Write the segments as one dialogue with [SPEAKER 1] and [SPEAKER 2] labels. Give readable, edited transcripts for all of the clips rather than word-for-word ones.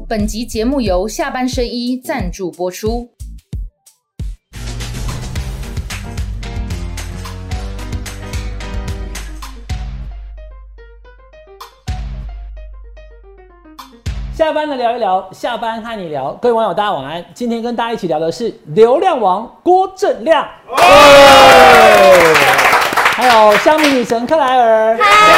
[SPEAKER 1] 本集节目由下半身衣赞助播出。
[SPEAKER 2] 下班的聊一聊，下班和你聊。各位网友，大家晚安。今天跟大家一起聊的是流量王郭正亮，还有香米女神克莱尔。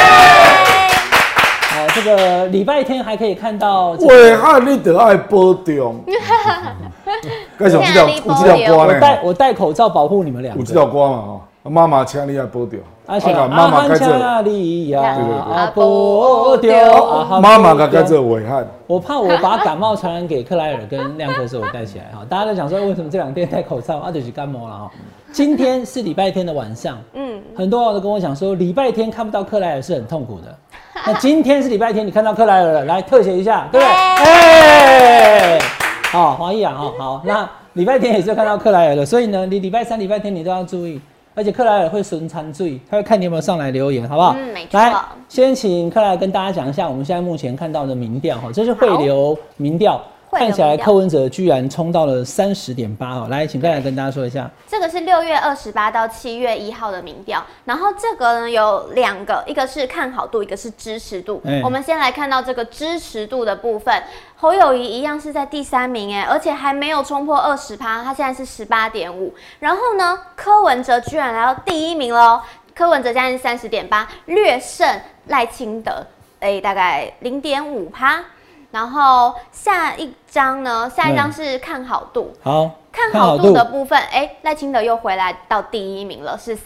[SPEAKER 2] 这个礼拜天还可以看到。
[SPEAKER 3] 伟汉，你得爱保重。该什么有这条歌呢？
[SPEAKER 2] 我戴口罩保护你们两个。
[SPEAKER 3] 有这条歌嘛？妈妈请你爱保重。
[SPEAKER 2] 妈妈开这里呀，保重。
[SPEAKER 3] 妈妈开这伟汉。
[SPEAKER 2] 我怕我把感冒传染给克莱尔跟亮哥，所以我戴起来哈。大家都讲说为什么这两天戴口罩就是感冒了哈。今天是礼拜天的晚上，很多人都跟我讲说礼拜天看不到克莱尔是很痛苦的。那今天是礼拜天，你看到克莱尔了，来特写一下，对不对？哎，好，黄奕啊，好，那礼拜天也是看到克莱尔了，所以呢，你礼拜三、礼拜天你都要注意。而且克莱尔会顺餐注意，他会看你有没有上来留言，好不好？
[SPEAKER 4] 没错。
[SPEAKER 2] 来，先请克莱尔跟大家讲一下我们现在目前看到的民调哈，这是汇流民调。看起来柯文哲居然冲到了30.8哈，来，请克莱尔跟大家说一下。
[SPEAKER 4] 这个是6月28到7月1号的民调，然后这个呢有2个，一个是看好度，一个是支持度。我们先来看到这个支持度的部分，侯友宜一样是在第3名而且还没有冲破20%，他现在是18.5%。然后呢，柯文哲居然来到第1名喽，柯文哲现在是30.8%，略胜赖清德，大概0.5%。然后下一张是看好度。好，看好度的部分，赖清德又回来到第1名了，是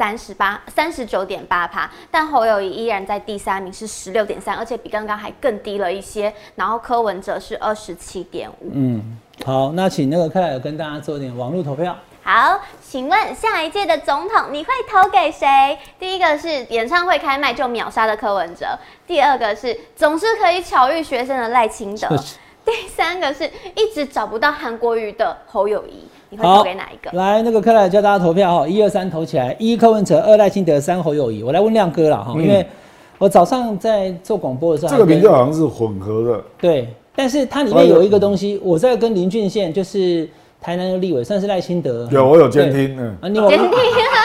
[SPEAKER 4] 39.8%，但侯友宜依然在第3名，是16.3%，而且比刚刚还更低了一些。然后柯文哲是27.5%。
[SPEAKER 2] 好，那请那个克莱尔跟大家做点网络投票。
[SPEAKER 4] 好，请问下一届的总统你会投给谁？第一个是演唱会开卖就秒杀的柯文哲，第二个是总是可以巧遇学生的赖清德，第三个是一直找不到韩国瑜的侯友宜，你会投给哪一个？
[SPEAKER 2] 来，那个克莱尔教大家投票哈，1、2、3投起来，1柯文哲，2赖清德，3侯友宜。我来问亮哥啦哈，因为我早上在做广播的时候，
[SPEAKER 3] 这个民调好像是混合的，
[SPEAKER 2] 对，但是它里面有一个东西，我在跟林俊宪就是台南的立委，算是赖清德。
[SPEAKER 3] 有，我有监听，
[SPEAKER 4] 你有监听。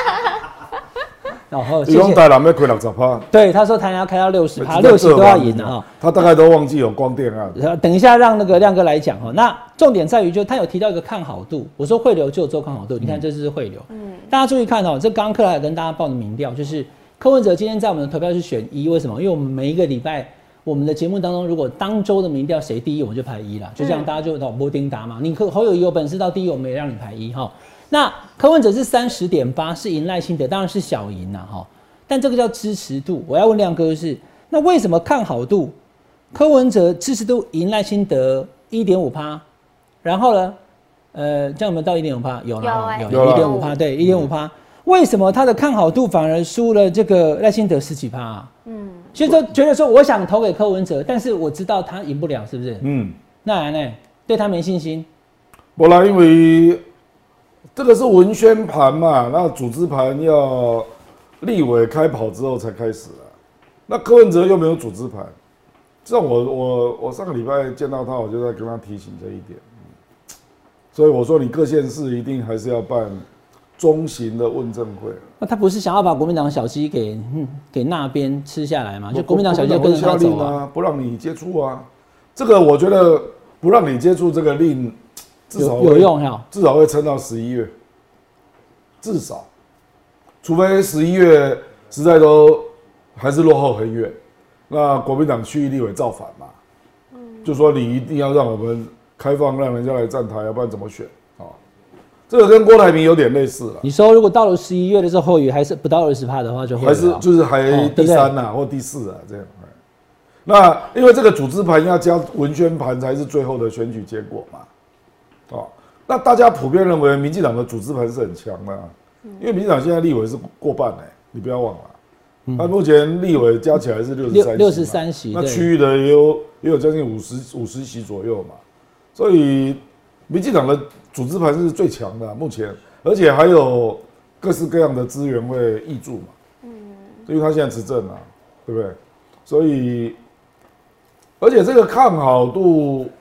[SPEAKER 3] 你讲台南要开60%，
[SPEAKER 2] 对，他说台南要开到60%，60都要赢了
[SPEAKER 3] 他大概都忘记有光电案。
[SPEAKER 2] 等一下让那个亮哥来讲哈。那重点在于，就他有提到一个看好度，我说汇流就有做看好度，你看这是汇流。大家注意看这刚刚克莱尔跟大家报的民调，就是柯文哲今天在我们的投票是选1，为什么？因为我们每一个礼拜。我们的节目当中，如果当周的民调谁第1，我们就排1啦，就这样，大家就不丁答嘛。你侯友宜有本事到第1，我们也让你排1哈。那柯文哲是30.8，是赢赖清德，当然是小赢啦哈。但这个叫支持度，我要问亮哥是，那为什么看好度柯文哲支持度赢赖清德1.5%，然后呢，这样有没有到1.5%？有了，有 1.5%，对，1.5%。为什么他的看好度反而输了这个赖清德10几%啊？所以说觉得说我想投给柯文哲，但是我知道他赢不了，是不是？那然呢？对他没信心？
[SPEAKER 3] 不啦，因为这个是文宣盘嘛，那组织盘要立委开跑之后才开始啊。那柯文哲又没有组织盘，这样我上个礼拜见到他，我就在跟他提醒这一点。所以我说你各县市一定还是要办中型的问政会。那
[SPEAKER 2] 他不是想要把国民党小鸡给那边吃下来吗？就国民党小鸡就跟着他走
[SPEAKER 3] 啊，不让你接触啊。这个我觉得不让你接触这个令，至少
[SPEAKER 2] 有用哈，
[SPEAKER 3] 至少会撑到11月，至少，除非11月实在都还是落后很远，那国民党区域立委造反嘛，就说你一定要让我们开放，让人家来站台，要不然怎么选？这个跟郭台铭有点类似了。
[SPEAKER 2] 你说如果到了11月的时候，侯友宜还是不到20%的话，就会
[SPEAKER 3] 还是就是还第3啊，或第4啊这样。那因为这个组织盘要加文宣盘才是最后的选举结果嘛，那大家普遍认为民进党的组织盘是很强的，因为民进党现在立委是过半你不要忘了，他目前立委加起来是63席，那区域的也有将近50席左右嘛，所以民进党的组织盘是最强的目前，而且还有各式各样的资源会挹注嘛，因为他现在执政啊，对不对？所以，而且这个看好度，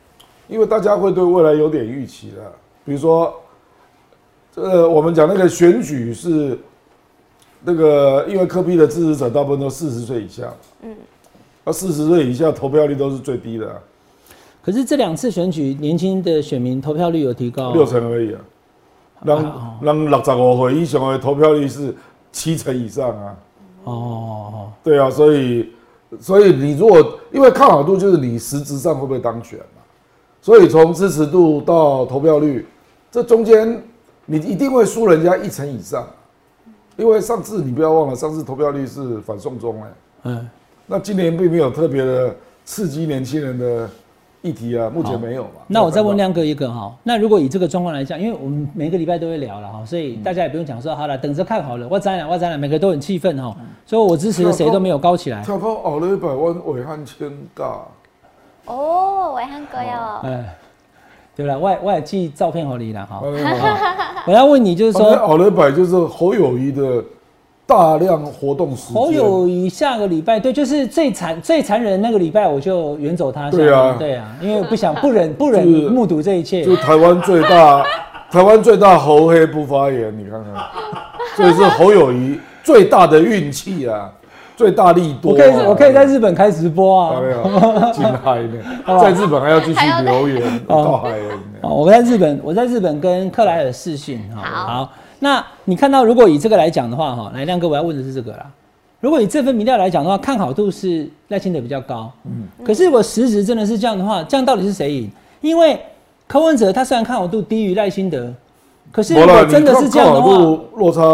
[SPEAKER 3] 因为大家会对未来有点预期了。比如说，我们讲那个选举是那个，因为柯 P 的支持者大部分都40岁以下，那40岁以下投票率都是最低的啊。
[SPEAKER 2] 可是这2次选举，年轻的选民投票率有提高
[SPEAKER 3] ，6成而已啊。让65岁以上的投票率是7成以上啊。对啊，所以你如果因为看好度就是你实质上会不会当选嘛，所以从支持度到投票率，这中间你一定会输人家1成以上，因为上次你不要忘了，上次投票率是反送中那今年并没有特别的刺激年轻人的议题啊，目前没有嘛。
[SPEAKER 2] 那我再问亮哥一个哈，那如果以这个状况来讲，因为我们每个礼拜都会聊了哈，所以大家也不用讲说好了，等着看好了，我知了，每个都很气愤哈，所以我支持的谁都没有高起来。
[SPEAKER 3] 跳到后礼拜，阮伟汉签假。
[SPEAKER 4] 伟汉哥哟。
[SPEAKER 2] 对了，我也寄照片给你了哈。我要问你，就是说，
[SPEAKER 3] 后礼拜就是侯友宜的大量活动时间。
[SPEAKER 2] 侯友宜下个礼拜，对，就是最残忍的那个礼拜，我就远走他乡。对啊，因为不想不忍目睹这一切。
[SPEAKER 3] 就台湾最大侯黑不发言，你看看，所以是侯友宜最大的运气啊。最大利多、
[SPEAKER 2] 我可以在日本开直播啊！
[SPEAKER 3] 进海呢，在日本还要继续留言到海人。
[SPEAKER 2] 我在日本跟克莱尔视讯。好，那你看到如果以这个来讲的话，哈，来亮哥，我要问的是这个啦。如果以这份民调来讲的话，看好度是赖清德比较高。可是如果实质真的是这样的话，这样到底是谁赢？因为柯文哲他虽然看好度低于赖清德。可是如果真的是这样的话，
[SPEAKER 3] 落差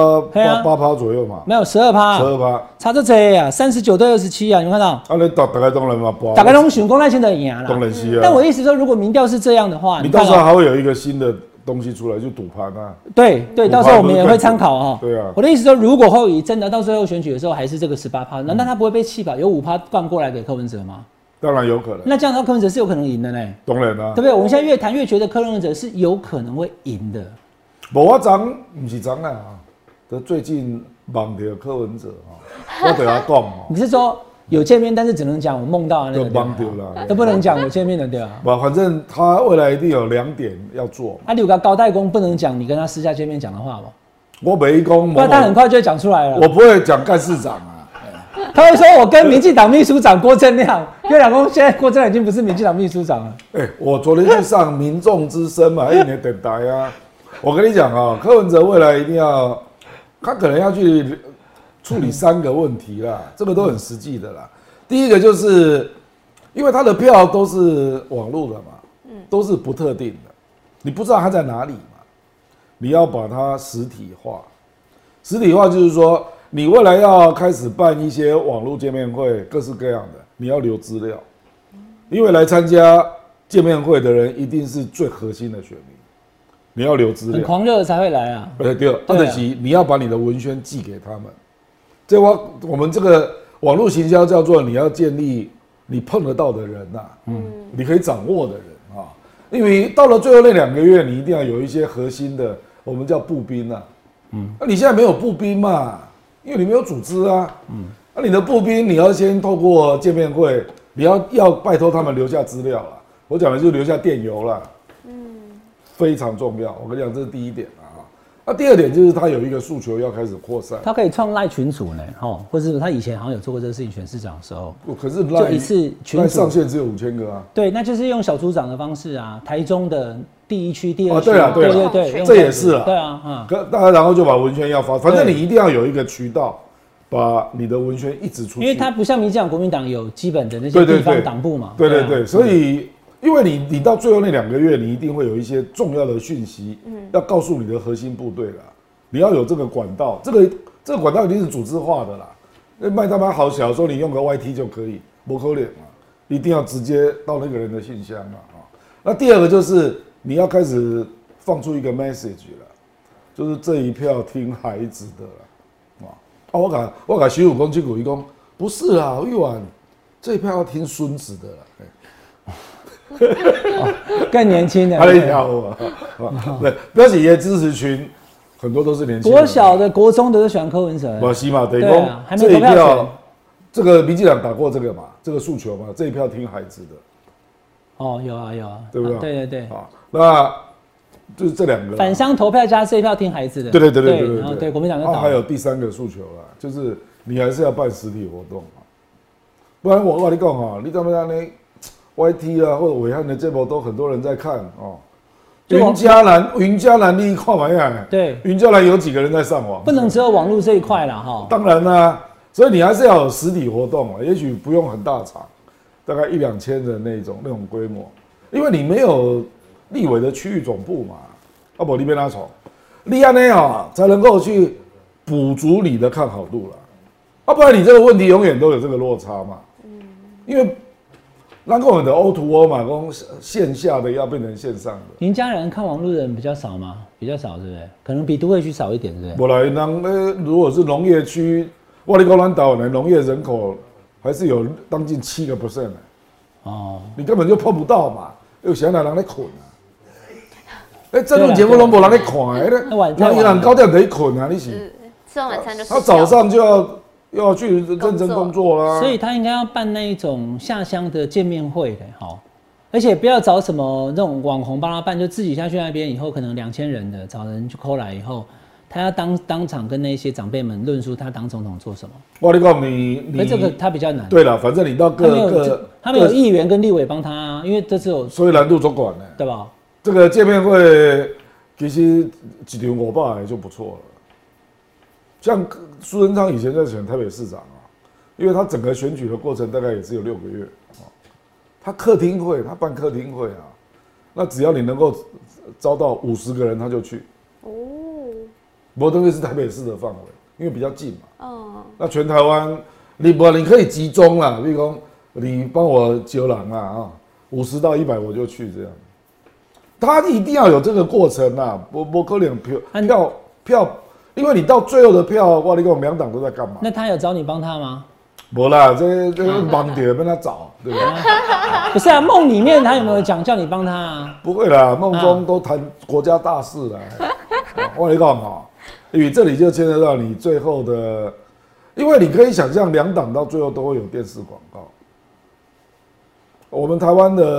[SPEAKER 3] 8%左右嘛，
[SPEAKER 2] 没有12%，差这多啊，39对27啊，你看到？
[SPEAKER 3] 你大概当然嘛，
[SPEAKER 2] 大概都想讲赖清德赢了，
[SPEAKER 3] 当然是啊。
[SPEAKER 2] 但我意思说，如果民调是这样的话，
[SPEAKER 3] 你到时候还会有一个新的东西出来，就赌盘啊。
[SPEAKER 2] 对，到时候我们也会参考啊。
[SPEAKER 3] 对啊。
[SPEAKER 2] 我的意思说，如果侯友宜真的到最后选举的时候还是这个18%，难道他不会被弃保？有5%灌过来给柯文哲吗？
[SPEAKER 3] 当然有可能。
[SPEAKER 2] 那这样的话，柯文哲是有可能赢的呢。
[SPEAKER 3] 当然啊，
[SPEAKER 2] 对不对？我们现在越谈越觉得柯文哲是有可能会赢的。
[SPEAKER 3] 我不是昨啦，最近梦到柯文哲我对他讲
[SPEAKER 2] 你是说有见面，但是只能讲我梦到的那个？
[SPEAKER 3] 都梦到了，
[SPEAKER 2] 都不能讲有见面的对吧？
[SPEAKER 3] 反正他未来一定有2点要做。
[SPEAKER 2] 你有个高代工不能讲你跟他私下见面讲的话吗？
[SPEAKER 3] 我没讲，
[SPEAKER 2] 不然他很快就会讲出来了。
[SPEAKER 3] 我不会讲干事长啊，
[SPEAKER 2] 他会说我跟民进党秘书长郭正亮，因为老公现在郭正亮已经不是民进党秘书长了。
[SPEAKER 3] 我昨天去上《民众之声》嘛，一年电台啊。我跟你讲啊，柯文哲未来一定要，他可能要去处理3个问题啦，这个都很实际的啦。第一个就是，因为他的票都是网络的嘛，都是不特定的，你不知道他在哪里嘛，你要把它实体化。实体化就是说，你未来要开始办一些网络见面会，各式各样的，你要留资料，因为来参加见面会的人一定是最核心的选民。你要留资料，
[SPEAKER 2] 很狂热才会来啊。
[SPEAKER 3] 对，或者你要把你的文宣寄给他们。这我们这个网络行销叫做你要建立你碰得到的人呐，你可以掌握的人啊。因为到了最后那2个月，你一定要有一些核心的，我们叫步兵啊。那你现在没有步兵嘛？因为你没有组织啊。那你的步兵，你要先透过见面会，你要拜托他们留下资料啦。我讲的就是留下电邮啦。非常重要，我跟你讲，这是第1点啊。那第2点就是他有一个诉求要开始扩散，
[SPEAKER 2] 他可以创赖群组呢，或是他以前好像有做过这个事情，选市长的时候。
[SPEAKER 3] 可是
[SPEAKER 2] 就一次群组
[SPEAKER 3] 上限只有5000个啊。
[SPEAKER 2] 对，那就是用小组长的方式啊，台中的第1区、第2区。
[SPEAKER 3] 对，这也是啊。
[SPEAKER 2] 对啊，
[SPEAKER 3] 大家然后就把文宣要发，反正你一定要有一个渠道，把你的文宣一直出去。
[SPEAKER 2] 因为他不像民进党、国民党有基本的那些地方党部嘛。
[SPEAKER 3] 对，所以。因为你到最后那2个月，你一定会有一些重要的讯息，要告诉你的核心部队啦。你要有这个管道，这个管道一定是组织化的啦。那麦当劳好小，说你用个 YT 就可以，不可能嘛，一定要直接到那个人的信箱嘛。那第2个就是你要开始放出一个 message 了，就是这一票听孩子的啦。我给徐武公去鼓一公，不是啊，玉婉，这一票要听孙子的啦。
[SPEAKER 2] 更年轻的，
[SPEAKER 3] 不要紧，也支持群很多都是年轻人，
[SPEAKER 2] 国小的、国中的都喜欢柯文哲。
[SPEAKER 3] 我西马等于说这一票，这个民进党打过这个嘛，这个诉求嘛，这一票听孩子的，
[SPEAKER 2] 哦，有啊有啊，
[SPEAKER 3] 对不对？
[SPEAKER 2] 对对对。
[SPEAKER 3] 啊，那就是这2个。
[SPEAKER 2] 返乡投票加这一票听孩子的。
[SPEAKER 3] 对。
[SPEAKER 2] 然后对国民党就倒。
[SPEAKER 3] 还有第3个诉求啦，就是你还是要办实体活动啊，不然我跟你讲哈，你怎么样呢 ？YT 啊或者伟汉的节目都很多人在看哦。云嘉南你看嘛呀？
[SPEAKER 2] 对，
[SPEAKER 3] 云嘉南有几个人在上网？
[SPEAKER 2] 不能只有网络这一块啦哈。
[SPEAKER 3] 当然啦，所以你还是要有实体活动啊，也许不用很大场，大概1-2千人那种规模，因为你没有立委的区域总部嘛，啊不，你别拿错，你安尼啊才能够去补足你的看好度啦，啊不然你这个问题永远都有这个落差嘛，因为。那我们的 O2O 嘛，讲线下的要变成线上的。
[SPEAKER 2] 您家人看网络的人比较少吗？比较少，对不对？可能比都会区少一点，对不对？
[SPEAKER 3] 不然人如果是农业区，我跟你讲，岛的农业人口还是有将近7%的。哦，你根本就碰不到嘛，有谁人在困啊？这种节目都没人在看，那伊人9点就去困啊，你是？
[SPEAKER 4] 吃完晚餐就
[SPEAKER 3] 他早上就要去认真工作啦，
[SPEAKER 2] 所以他应该要办那一种下乡的见面会的，好，而且不要找什么那种网红帮他办，就自己下去那边以后可能2000人的，找人去call来以后，他要当场跟那些长辈们论述他当总统做什么。
[SPEAKER 3] 我跟你讲，你
[SPEAKER 2] 这个他比较难。
[SPEAKER 3] 对了，反正你到
[SPEAKER 2] 他们有议员跟立委帮他啊，因为这次有，
[SPEAKER 3] 所以难度足管的，
[SPEAKER 2] 对吧？
[SPEAKER 3] 这个见面会其实1场500就不错了。像苏贞昌以前在选台北市长啊，因为他整个选举的过程大概也只有6个月啊，他办客厅会啊，那只要你能够招到50个人，他就去。哦，摩登会是台北市的范围，因为比较近嘛。哦，那全台湾你可以集中啦，比如说你帮我揪人啊，50到100我就去这样。他一定要有这个过程啊，不可能票。因为你到最后的票，我跟你讲2党都在干嘛？
[SPEAKER 2] 那他有找你帮他吗？
[SPEAKER 3] 没啦，这盲点被他找，对不对？
[SPEAKER 2] 不是啊，梦里面他有没有讲叫你帮他啊？
[SPEAKER 3] 不会啦，梦中都谈国家大事啦。我跟你讲哈，因为这里就牵涉到你最后的，因为你可以想象2党到最后都会有电视广告。我们台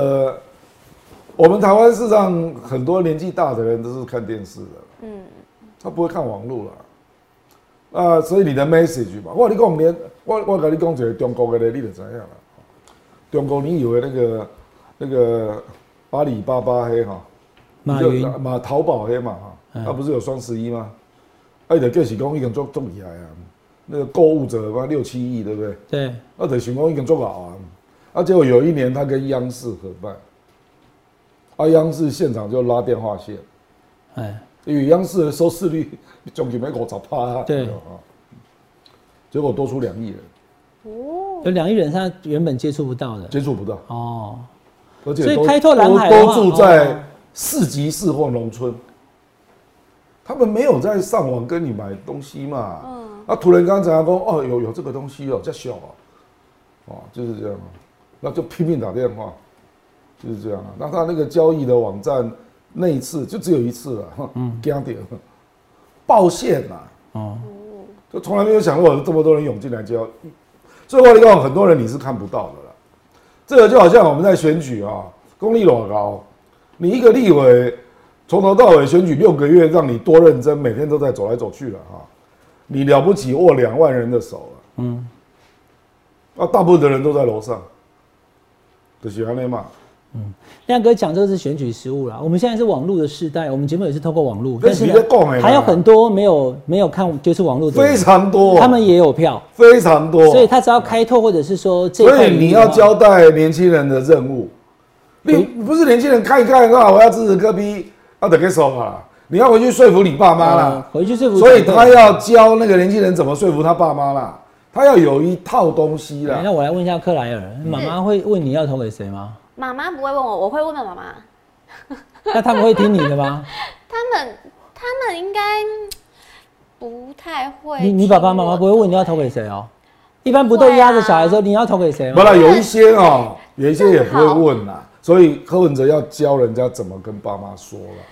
[SPEAKER 3] 湾事实上很多年纪大的人都是看电视的。他不会看网络啦，所以你的 message 嘛，我跟你讲，我跟你讲一个中国的例，你就知道了。中国你以为那个阿里巴巴黑哈，
[SPEAKER 2] 马云
[SPEAKER 3] 淘宝黑嘛哈，他不是有双11吗？就就是讲已经做厉害啊，那个购物者嘛6-7亿，对不对？
[SPEAKER 2] 对。
[SPEAKER 3] 就想讲已经做好啊，结果有一年他跟央视合办，央视现场就拉电话线，因为央视的收视率将近50%，
[SPEAKER 2] 对，
[SPEAKER 3] 结果多出2亿人，
[SPEAKER 2] 有2亿人他原本接触不到的，
[SPEAKER 3] 哦，而且
[SPEAKER 2] 所以开拓蓝海
[SPEAKER 3] 都住在4级市或农村，他们没有在上网跟你买东西嘛，突然刚才说有这个东西叫小就是这样，那就拼命打电话，就是这样啊，那他那个交易的网站。那一次就只有1次了，惊到爆线啦，就从来没有想过有这么多人涌进来交易，所以我跟你讲，很多人你是看不到的啦。这个就好像我们在选举啊，功力多高，你一个立委从头到尾选举6个月，让你多认真，每天都在走来走去了你了不起握2万人的手了，大部分的人都在楼上，就是这样嘛。
[SPEAKER 2] 亮哥讲这个是选举实务啦。我们现在是网络的时代，我们节目也是透过网络，但是还有很多没有看接触网络的人，
[SPEAKER 3] 非常多，
[SPEAKER 2] 他们也有票，
[SPEAKER 3] 非常多。
[SPEAKER 2] 所以他只要开拓或者是说这一块，
[SPEAKER 3] 所以你要交代年轻人的任务，你不是年轻人看一看啊，我要支持柯 P， 得给手嘛。你要回去说服你爸妈啦，
[SPEAKER 2] 回去说服。
[SPEAKER 3] 所以他要教那个年轻人怎么说服他爸妈啦，他要有一套东西啦。
[SPEAKER 2] 那我来问一下克莱尔，妈妈会问你要投给谁吗？
[SPEAKER 4] 妈妈不会问我，我会问妈妈。
[SPEAKER 2] 那他们会听你的吗？
[SPEAKER 4] 他们应该不太会。
[SPEAKER 2] 你爸爸妈妈不会问你要投给谁哦？一般不都压着小孩说你要投给谁吗？
[SPEAKER 3] 不啦，有一些也不会问啦。所以柯文哲要教人家怎么跟爸妈说了。
[SPEAKER 4] 正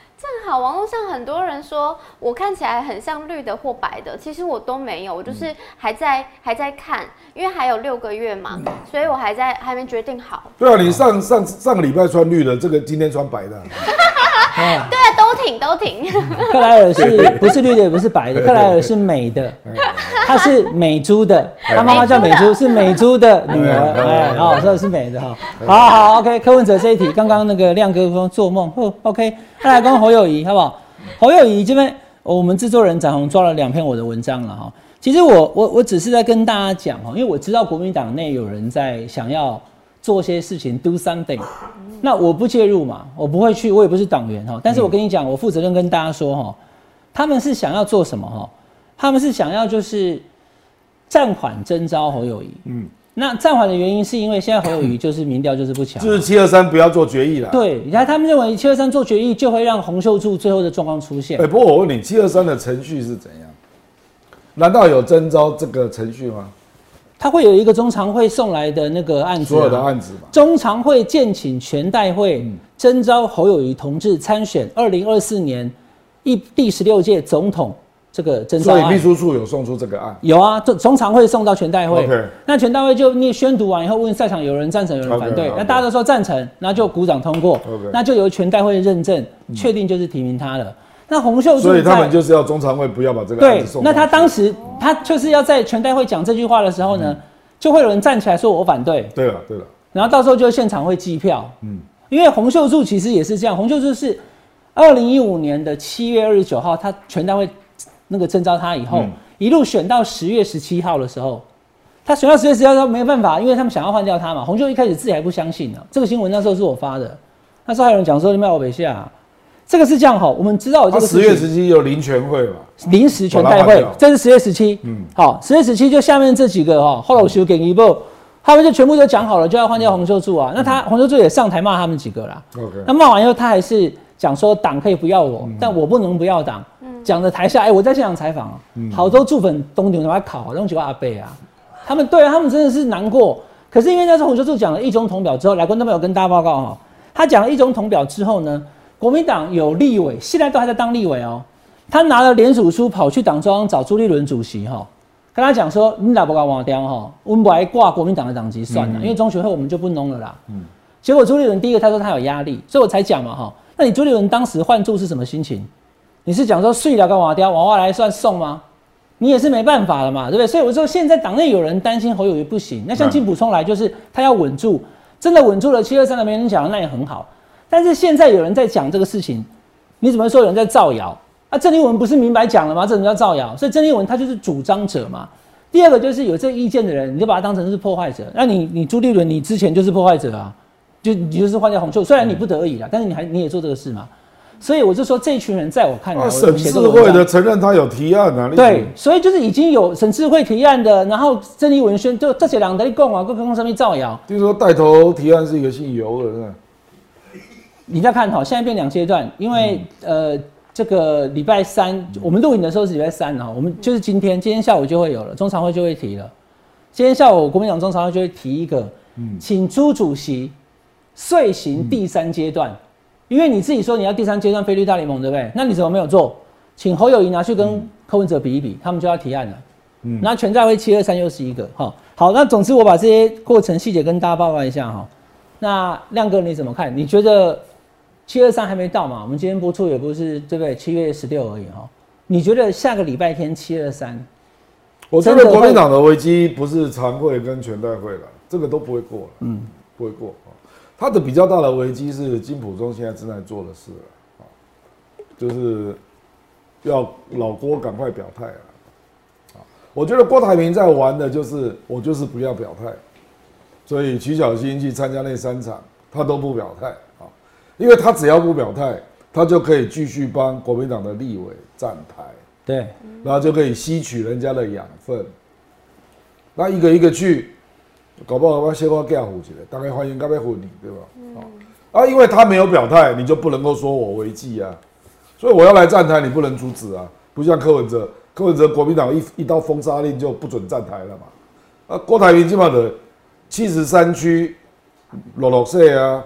[SPEAKER 4] 好，网络上很多人说我看起来很像绿的或白的，其实我都没有，我就是还在看，因为还有6个月嘛，所以我还没决定好。
[SPEAKER 3] 对啊，你上个礼拜穿绿的，这个今天穿白的。
[SPEAKER 4] 对啊，都挺。
[SPEAKER 2] 克莱尔不是绿的，也不是白的，克莱尔是美的，她是美猪的，她妈妈叫美猪，是美猪的女儿，所以是美的哈。好 ，OK， 柯文哲这一题，刚刚那个亮哥说做梦，OK， 再来跟侯友宜好不好？侯友宜这边我们制作人展宏抓了2篇我的文章了哈。其实我只是在跟大家讲哈，因为我知道国民党内有人在想要做些事情 ，do something。那我不介入嘛，我不会去，我也不是党员哈。但是我跟你讲，我负责任跟大家说哈，他们是想要做什么哈？他们是想要就是暂缓征召侯友宜。那暂缓的原因是因为现在侯友宜就是民调就是不强，
[SPEAKER 3] 就是723不要做决议了。
[SPEAKER 2] 对，然后他们认为723做决议就会让洪秀柱最后的状况出现。
[SPEAKER 3] 不过我问你，723的程序是怎样？难道有征召这个程序吗？
[SPEAKER 2] 他会有一个中常会送来的那个案子，
[SPEAKER 3] 所有的案子嘛。中
[SPEAKER 2] 常会建请全代会征召侯友宜同志参选2024年第16届总统这个征召案。
[SPEAKER 3] 所以秘书处有送出这个案？
[SPEAKER 2] 有啊，中常会送到全代会。
[SPEAKER 3] Okay.
[SPEAKER 2] 那全代会就你宣读完以后，问在场有人赞成，有人反对，
[SPEAKER 3] Okay.
[SPEAKER 2] 那大家都说赞成，然后就鼓掌通过，
[SPEAKER 3] Okay.
[SPEAKER 2] 那就由全代会认证，确定就是提名他了。那洪秀柱，
[SPEAKER 3] 所以他们就是要中常会不要把这个案子送。
[SPEAKER 2] 对，那他当时他就是要在全代会讲这句话的时候呢，就会有人站起来说我反对。
[SPEAKER 3] 对了，
[SPEAKER 2] 然后到时候就现场会计票。因为洪秀柱其实也是这样，洪秀柱是2015年的7月29号，他全代会那个征召他以后，一路选到10月17号的时候，他选到10月17号他没有办法，因为他们想要换掉他嘛。洪秀一开始自己还不相信呢，这个新闻那时候是我发的，那时候还有人讲说你们要我北下。这个是这样哈，我们知道这个
[SPEAKER 3] 10月17有临全会嘛，
[SPEAKER 2] 临时全代会，这是10月17。好，10月17就下面这几个哈，后来我修给一步，他们就全部都讲好了，就要换掉洪秀柱啊。那洪秀柱也上台骂他们几个啦。那骂完以后，他还是讲说党可以不要我，但我不能不要党。讲的台下，我在现场采访好多驻粉东牛来考，弄几个阿伯啊，他们真的是难过。可是因为那时候洪秀柱讲了一中统表之后，来观众朋友跟大家报告哈，他讲了一中统表之后呢。国民党有立委，现在都还在当立委哦。他拿了联署书跑去党中央找朱立伦主席哈，跟他讲说：“你哪不敢忘掉哈？我们不来挂国民党的党籍算了，因为中学会我们就不弄了啦。”结果朱立伦第一个他说他有压力，所以我才讲嘛哈。那你朱立伦当时换柱是什么心情？你是讲说睡了跟忘掉，往外来算送吗？你也是没办法了嘛，对不对？所以我说现在党内有人担心侯友宜不行，那像金溥聪来就是他要稳住，真的稳住了723的没人讲，那也很好。但是现在有人在讲这个事情，你怎么说有人在造谣啊？郑丽文不是明白讲了吗？这什么叫造谣？所以郑丽文他就是主张者嘛。第二个就是有这个意见的人，你就把他当成是破坏者。那你朱立伦你之前就是破坏者啊，你就是换掉洪秀，虽然你不得已啦，但是你也做这个事嘛。所以我就说这一群人在我看来，
[SPEAKER 3] 审智会的承认他有提案啊。
[SPEAKER 2] 对，所以就是已经有审智会提案的，然后郑丽文宣就这些人在讲啊，各方上面造谣。
[SPEAKER 3] 听说带头提案是一个姓尤的人。
[SPEAKER 2] 你再看哈，现在变2阶段，因为这个礼拜3，我们录影的时候是礼拜3哈，我们就是今天下午就会有了，中常会就会提了。今天下午国民党中常会就会提一个，请朱主席遂行第3阶段，因为你自己说你要第3阶段非绿大联盟，对不对？那你怎么没有做？请侯友宜拿去跟柯文哲比一比，他们就要提案了。那全代会723又是一个哈。好，那总之我把这些过程细节跟大家报告一下哈。那亮哥你怎么看？你觉得723还没到嘛？我们今天播出也不是对不对？7月16而已哈。你觉得下个礼拜天723？
[SPEAKER 3] 我觉得国民党的危机不是常会跟全代会了，这个都不会过了，不会过。他的比较大的危机是金溥聪现在正在做的事了，就是要老郭赶快表态啊！我觉得郭台铭在玩的就是我就是不要表态，所以徐小新去参加那3场，他都不表态啊，因为他只要不表态，他就可以继续帮国民党的立委站台。
[SPEAKER 2] 对，
[SPEAKER 3] 然后就可以吸取人家的养分，那一个一个去，搞不好我先我嫁唬起来，大概欢迎该被唬你，对吧？因为他没有表态，你就不能够说我违纪啊，所以我要来站台，你不能阻止啊，不像柯文哲，国民党一道封杀令就不准站台了嘛。郭台铭基本上的73区，66岁啊，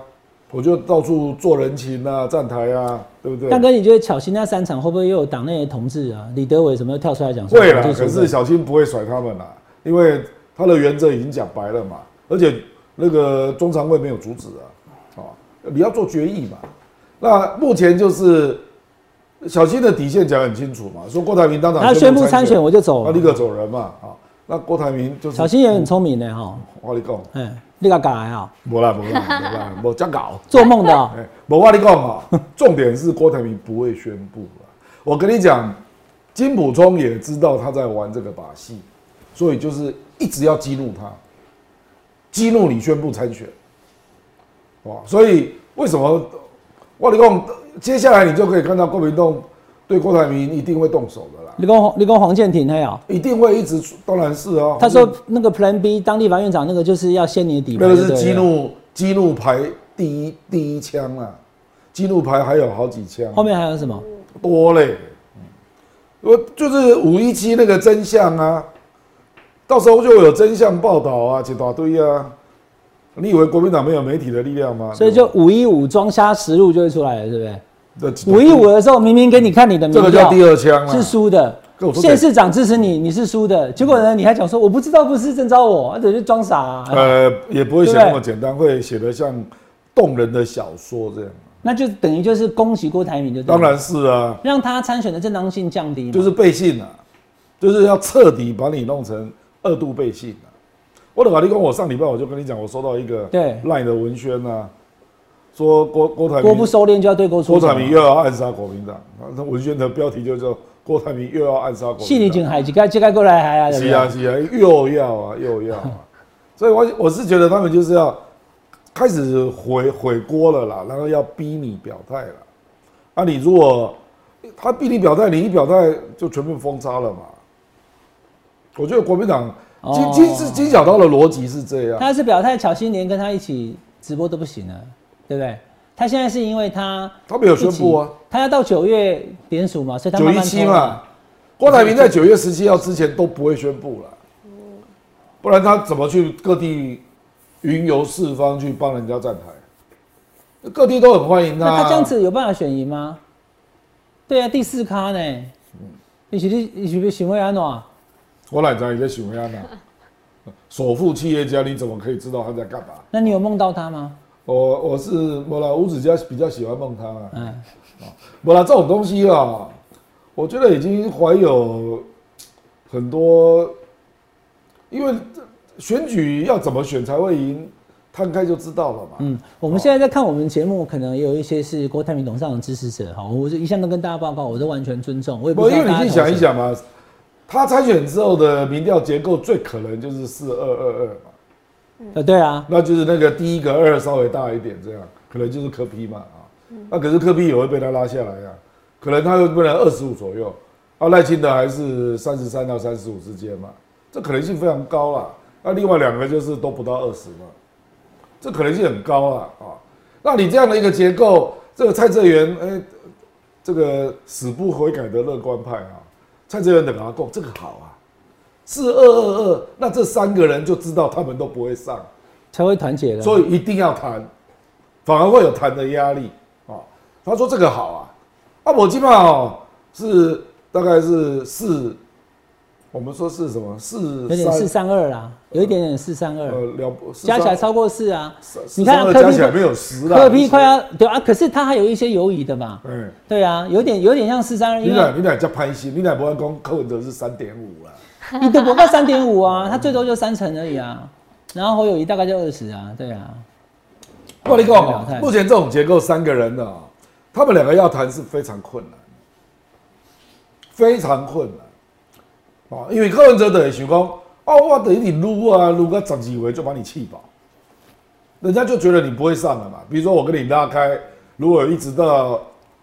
[SPEAKER 3] 我就到处做人情啊，站台啊，对不对？
[SPEAKER 2] 大哥，你觉得巧芯那3场会不会又有党内的同志啊？李德伟什么又跳出来讲说？
[SPEAKER 3] 会啦，可是小芯不会甩他们啦，因为他的原则已经讲白了嘛，而且那个中常会没有阻止啊，你要做决议嘛。那目前就是小芯的底线讲很清楚嘛，说郭台铭当场
[SPEAKER 2] 他宣布参选我就走了，
[SPEAKER 3] 他立刻走人嘛，啊，那郭台铭就是
[SPEAKER 2] 小芯也很聪明的哈，
[SPEAKER 3] 我跟你讲，
[SPEAKER 2] 你敢改啊？
[SPEAKER 3] 没啦，没这搞，
[SPEAKER 2] 做梦的啊！
[SPEAKER 3] 我跟你讲啊，重点是郭台铭不会宣布了。我跟你讲，金溥聪也知道他在玩这个把戏，所以就是一直要激怒他，激怒你宣布参选，哇！所以为什么我跟你讲，接下来你就可以看到郭民众对郭台铭一定会动手的啦。
[SPEAKER 2] 你跟黄健庭还有，
[SPEAKER 3] 一定会一直，当然是啊。
[SPEAKER 2] 他说那个 Plan B 当立法院长那个就是要掀你的底牌，
[SPEAKER 3] 那个是激怒牌第一枪啊，激怒牌还有好几枪，
[SPEAKER 2] 后面还有什么？
[SPEAKER 3] 多嘞。我就是517那个真相啊，到时候就有真相报道啊，一大堆啊。你以为国民党没有媒体的力量吗？
[SPEAKER 2] 所以就515装瞎实录就会出来了，对不对
[SPEAKER 3] ？515
[SPEAKER 2] 的时候，明明给你看你的民调，
[SPEAKER 3] 这个叫第二枪啊，
[SPEAKER 2] 是输的。县市长支持你，你是输的。结果呢，你还讲说我不知道，不是征召我，等于装傻啊。
[SPEAKER 3] 也不会写那么简单，会写得像动人的小说这样。
[SPEAKER 2] 那就等于就是恭喜郭台铭就对了。
[SPEAKER 3] 当然是啊，
[SPEAKER 2] 让他参选的正当性降低，
[SPEAKER 3] 就是背信啊，就是要彻底把你弄成2度背信啊。我的法律公，我上礼拜我就跟你讲，我收到一个LINE 的文宣啊。说郭台铭，
[SPEAKER 2] 郭不收敛就要对郭出手。
[SPEAKER 3] 郭台铭又要暗杀国民党，那文宣的标题就叫郭台铭又要暗杀国民党。
[SPEAKER 2] 戏里警海，这该过来海啊！
[SPEAKER 3] 是啊，又要啊。所以我是觉得他们就是要开始悔锅了啦，然后要逼你表态了。啊，你如果他逼你表态，你一表态就全面封杀了嘛。我觉得国民党金小刀的逻辑是这样，
[SPEAKER 2] 他是表态，巧芯连跟他一起直播都不行了。对不对？他现在是因为他
[SPEAKER 3] 没有宣布啊，
[SPEAKER 2] 他要到9月联署嘛，所以他慢慢
[SPEAKER 3] 917嘛。郭台铭在9月17号之前都不会宣布了，不然他怎么去各地云游四方去帮人家站台？各地都很欢迎他。
[SPEAKER 2] 那他这样子有办法选赢吗？对啊，第4咖呢？你是想要安怎？
[SPEAKER 3] 我哪知道你在想要安怎？首富企业家，你怎么可以知道他在干嘛？
[SPEAKER 2] 那你有梦到他吗？
[SPEAKER 3] 我是没啦，吴子嘉比较喜欢梦他啊。没啦，这种东西啊，我觉得已经怀有很多，因为选举要怎么选才会赢，摊开就知道了嘛。
[SPEAKER 2] 我们现在在看我们节目，可能也有一些是郭台铭董事长的支持者，哈，我一向都跟大家报告，我都完全尊重。我也不知道
[SPEAKER 3] 因为你去想一想嘛，他参选之后的民调结构最可能就是4222嘛。
[SPEAKER 2] 对啊，
[SPEAKER 3] 那就是那个第一个2稍微大一点，这样可能就是柯 P 嘛啊，那可是柯 P 也会被他拉下来啊，可能他会变成25左右，啊赖清德还是33到35之间嘛，这可能性非常高啦。那另外2个就是都不到20嘛，这可能性很高啦啊。那你这样的一个结构，这个蔡正元，这个死不悔改的乐观派啊，蔡正元的跟他讲这个好啊。4222，那这3个人就知道他们都不会上，
[SPEAKER 2] 才会团结的，
[SPEAKER 3] 所以一定要谈，反而会有谈的压力啊。他说这个好啊，我基本上是大概是我们说是什么
[SPEAKER 2] 有点432啦，有一点点432，加起来超过4啊。
[SPEAKER 3] 你看加起来没有10啦，
[SPEAKER 2] 柯 P 快要对啊，可是他还有一些犹疑的嘛。对啊，有点像432。
[SPEAKER 3] 你俩叫潘心，你俩不要讲柯文哲是3.5啦。
[SPEAKER 2] 你的不到3.5啊，他最多就3成而已啊，然后侯友宜大概就20啊，对啊。
[SPEAKER 3] 我跟你讲，目前这种结构3个人的，他们2个要谈是非常困难，非常困难啊！因为柯文哲的想讲，我等于你撸啊撸个10几回就把你气饱，人家就觉得你不会上了嘛。比如说我跟你拉开，如果一直到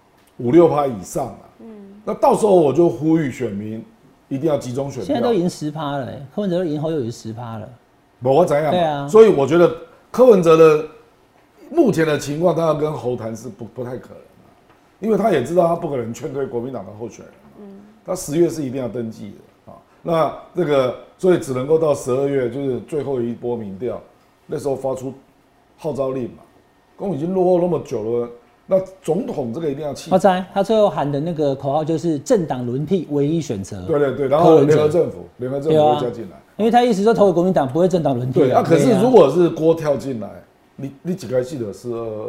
[SPEAKER 3] 5-6%以上了，那到时候我就呼吁选民。一定要集中选票。
[SPEAKER 2] 现在都赢10%了，柯文哲都赢侯友宜10%了。
[SPEAKER 3] 我怎样？
[SPEAKER 2] 对啊。
[SPEAKER 3] 所以我觉得柯文哲的目前的情况，他要跟侯谈是不太可能的，因为他也知道他不可能劝退国民党的候选人。他10月是一定要登记的啊。那这个，所以只能够到12月，就是最后一波民调，那时候发出号召令嘛。 公已经落后那么久了，那总统这个一定要弃。
[SPEAKER 2] 我知道他最后喊的那个口号就是政党轮替唯一选择。
[SPEAKER 3] 对对对，然后联合政府会加进来，
[SPEAKER 2] 因为他意思说投给国民党不会政党轮替。
[SPEAKER 3] 对啊，可是如果是郭跳进来，你几个记得422啊？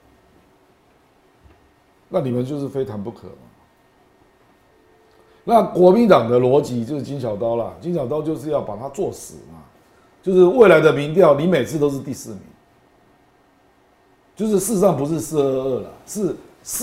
[SPEAKER 3] 那你们就是非谈不可嘛。那国民党的逻辑就是金小刀啦，金小刀就是要把它做死嘛，就是未来的民调，你每次都是第4名，就是事实上不是422啦，是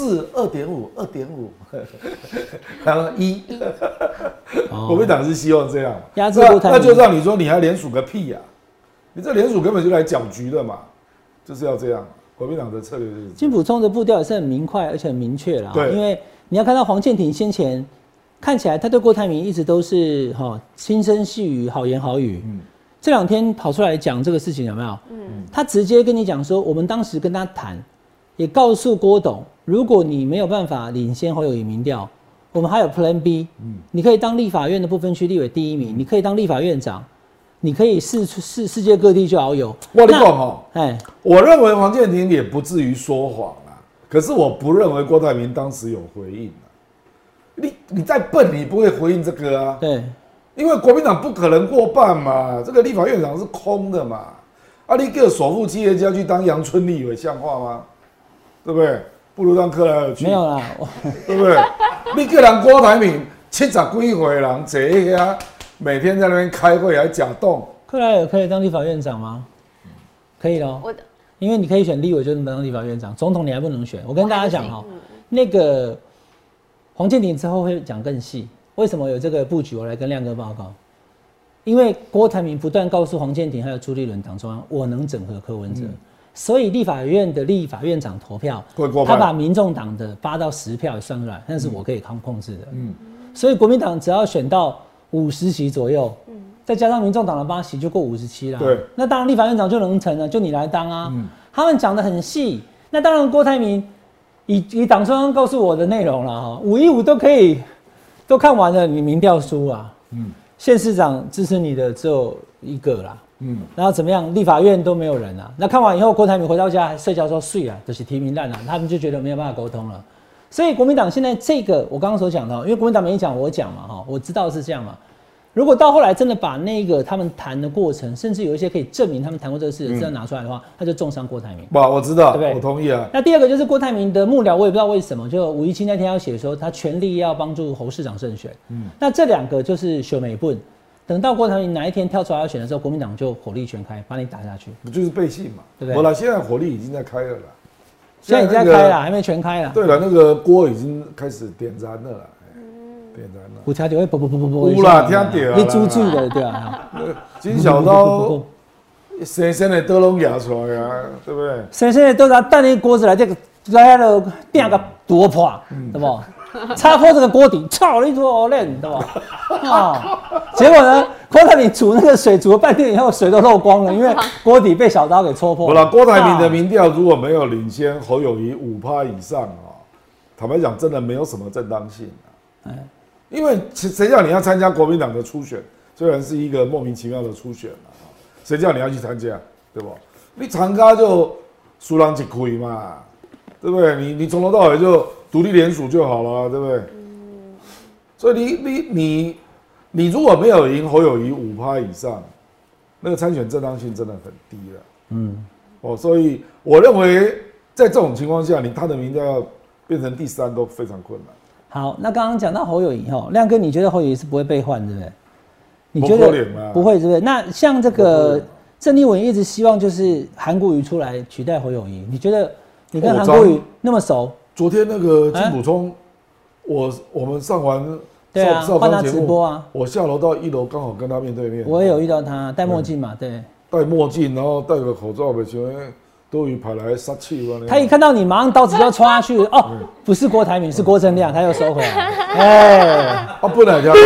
[SPEAKER 3] 2.5，然后1，国民党是希望这样，那就让你说你还联署个屁呀、你这联署根本就来搅局的嘛，就是要这样。国民党的策略就是
[SPEAKER 2] 金溥聪的步调也是很明快而且很明确啦，因为你要看到黄健庭先前看起来他对郭台铭一直都是轻声细语、好言好语，这2天跑出来讲这个事情有没有？他直接跟你讲说，我们当时跟他谈，也告诉郭董，如果你没有办法领先侯友宜民调，我们还有 Plan B，你可以当立法院的不分区立委第1名，你可以当立法院长。你可以世界各地去遨游。
[SPEAKER 3] 我跟你讲我认为黄健庭也不至于说谎啦，可是我不认为郭台铭当时有回应你再笨，你不会回应这个啊。
[SPEAKER 2] 对，
[SPEAKER 3] 因为国民党不可能过半嘛，这个立法院长是空的嘛。啊，你给首富企业家去当阳春立委，像话吗？对不对？不如让克莱尔去。
[SPEAKER 2] 没有啦，
[SPEAKER 3] 对不对？你叫人郭台铭70几岁人坐遐。每天在那边开会还假动，
[SPEAKER 2] 克莱尔可以当立法院长吗？可以咯，因为你可以选立委就能当立法院长，总统你还不能选。我跟大家讲那个黄健庭之后会讲更细，为什么有这个布局？我来跟亮哥报告。因为郭台铭不断告诉黄健庭还有朱立伦党中央，我能整合柯文哲，所以立法院的立法院长投票，他把民众党的8到10票也算出来，那是我可以控制的。所以国民党只要选到50席左右，再加上民众党的8席，就够57啦。
[SPEAKER 3] 对，
[SPEAKER 2] 那当然立法院长就能成了，就你来当啊。他们讲得很细，那当然郭台铭以党中央告诉我的内容了哈，515都可以，都看完了，你民调输啊。县市长支持你的只有1个啦。然后怎么样？立法院都没有人啊。那看完以后，郭台铭回到家还睡觉说睡啊，就是提名烂了，他们就觉得没有办法沟通了。所以国民党现在这个我刚刚所讲的，因为国民党没讲我讲嘛，我知道是这样嘛。如果到后来真的把那个他们谈的过程，甚至有一些可以证明他们谈过这个事的资料拿出来的话，他就重伤郭台铭。
[SPEAKER 3] 我知道，对不对？
[SPEAKER 2] 我
[SPEAKER 3] 同意啊。
[SPEAKER 2] 那第二个就是郭台铭的幕僚，我也不知道为什么，就517那天要写说他全力要帮助侯市长胜选。那这2个就是小美笨。等到郭台铭哪一天跳出来要选的时候，国民党就火力全开，把你打下去。
[SPEAKER 3] 不就是背信嘛？
[SPEAKER 2] 对不对？
[SPEAKER 3] 现在火力已经在开了啦。
[SPEAKER 2] 现在已经在开了，还没全开了。
[SPEAKER 3] 对了，那个锅已经开始点燃了啦，点燃了。
[SPEAKER 2] 有听到会啵啵啵啵啵。
[SPEAKER 3] 有啦，听到啦。
[SPEAKER 2] 你煮煮的对啊。
[SPEAKER 3] 金小刀，生生的都拢压出来啊，对不对？
[SPEAKER 2] 生生的都拿等你锅子来这个来了变个夺破，对不？擦破这个锅底，操你坨烂，对吧？结果呢，郭台铭煮那个水煮了半天以后，水都漏光了，因为锅底被小刀给戳破了。
[SPEAKER 3] 不了，郭台铭的民调如果没有领先侯友宜5%以上坦白讲，真的没有什么正当性因为谁叫你要参加国民党的初选？虽然是一个莫名其妙的初选谁叫你要去参加？对不？你参加就输人一亏嘛，对不对？你从头到尾就独立联署就好了，对不对？所以你如果没有赢侯友宜5%以上，那个参选正当性真的很低了。所以我认为在这种情况下，他的民调要变成第3都非常困难。
[SPEAKER 2] 好，那刚刚讲到侯友宜亮哥，你觉得侯友宜是不会被换，对不对？你觉得不会，对不对？那像这个郑丽文一直希望就是韩国瑜出来取代侯友宜，你觉得你跟韩国瑜那么熟？
[SPEAKER 3] 昨天那个金溥聪，我们上完
[SPEAKER 2] 换他直播啊，
[SPEAKER 3] 我下楼到1楼，刚好跟他面对面。
[SPEAKER 2] 我也有遇到他，戴墨镜嘛，对，
[SPEAKER 3] 戴墨镜，然后戴个口罩，不行，都以派来杀气。
[SPEAKER 2] 他一看到你，马上刀子就要戳下去。不是郭台铭，是郭正亮，他又收回来。
[SPEAKER 3] 不然条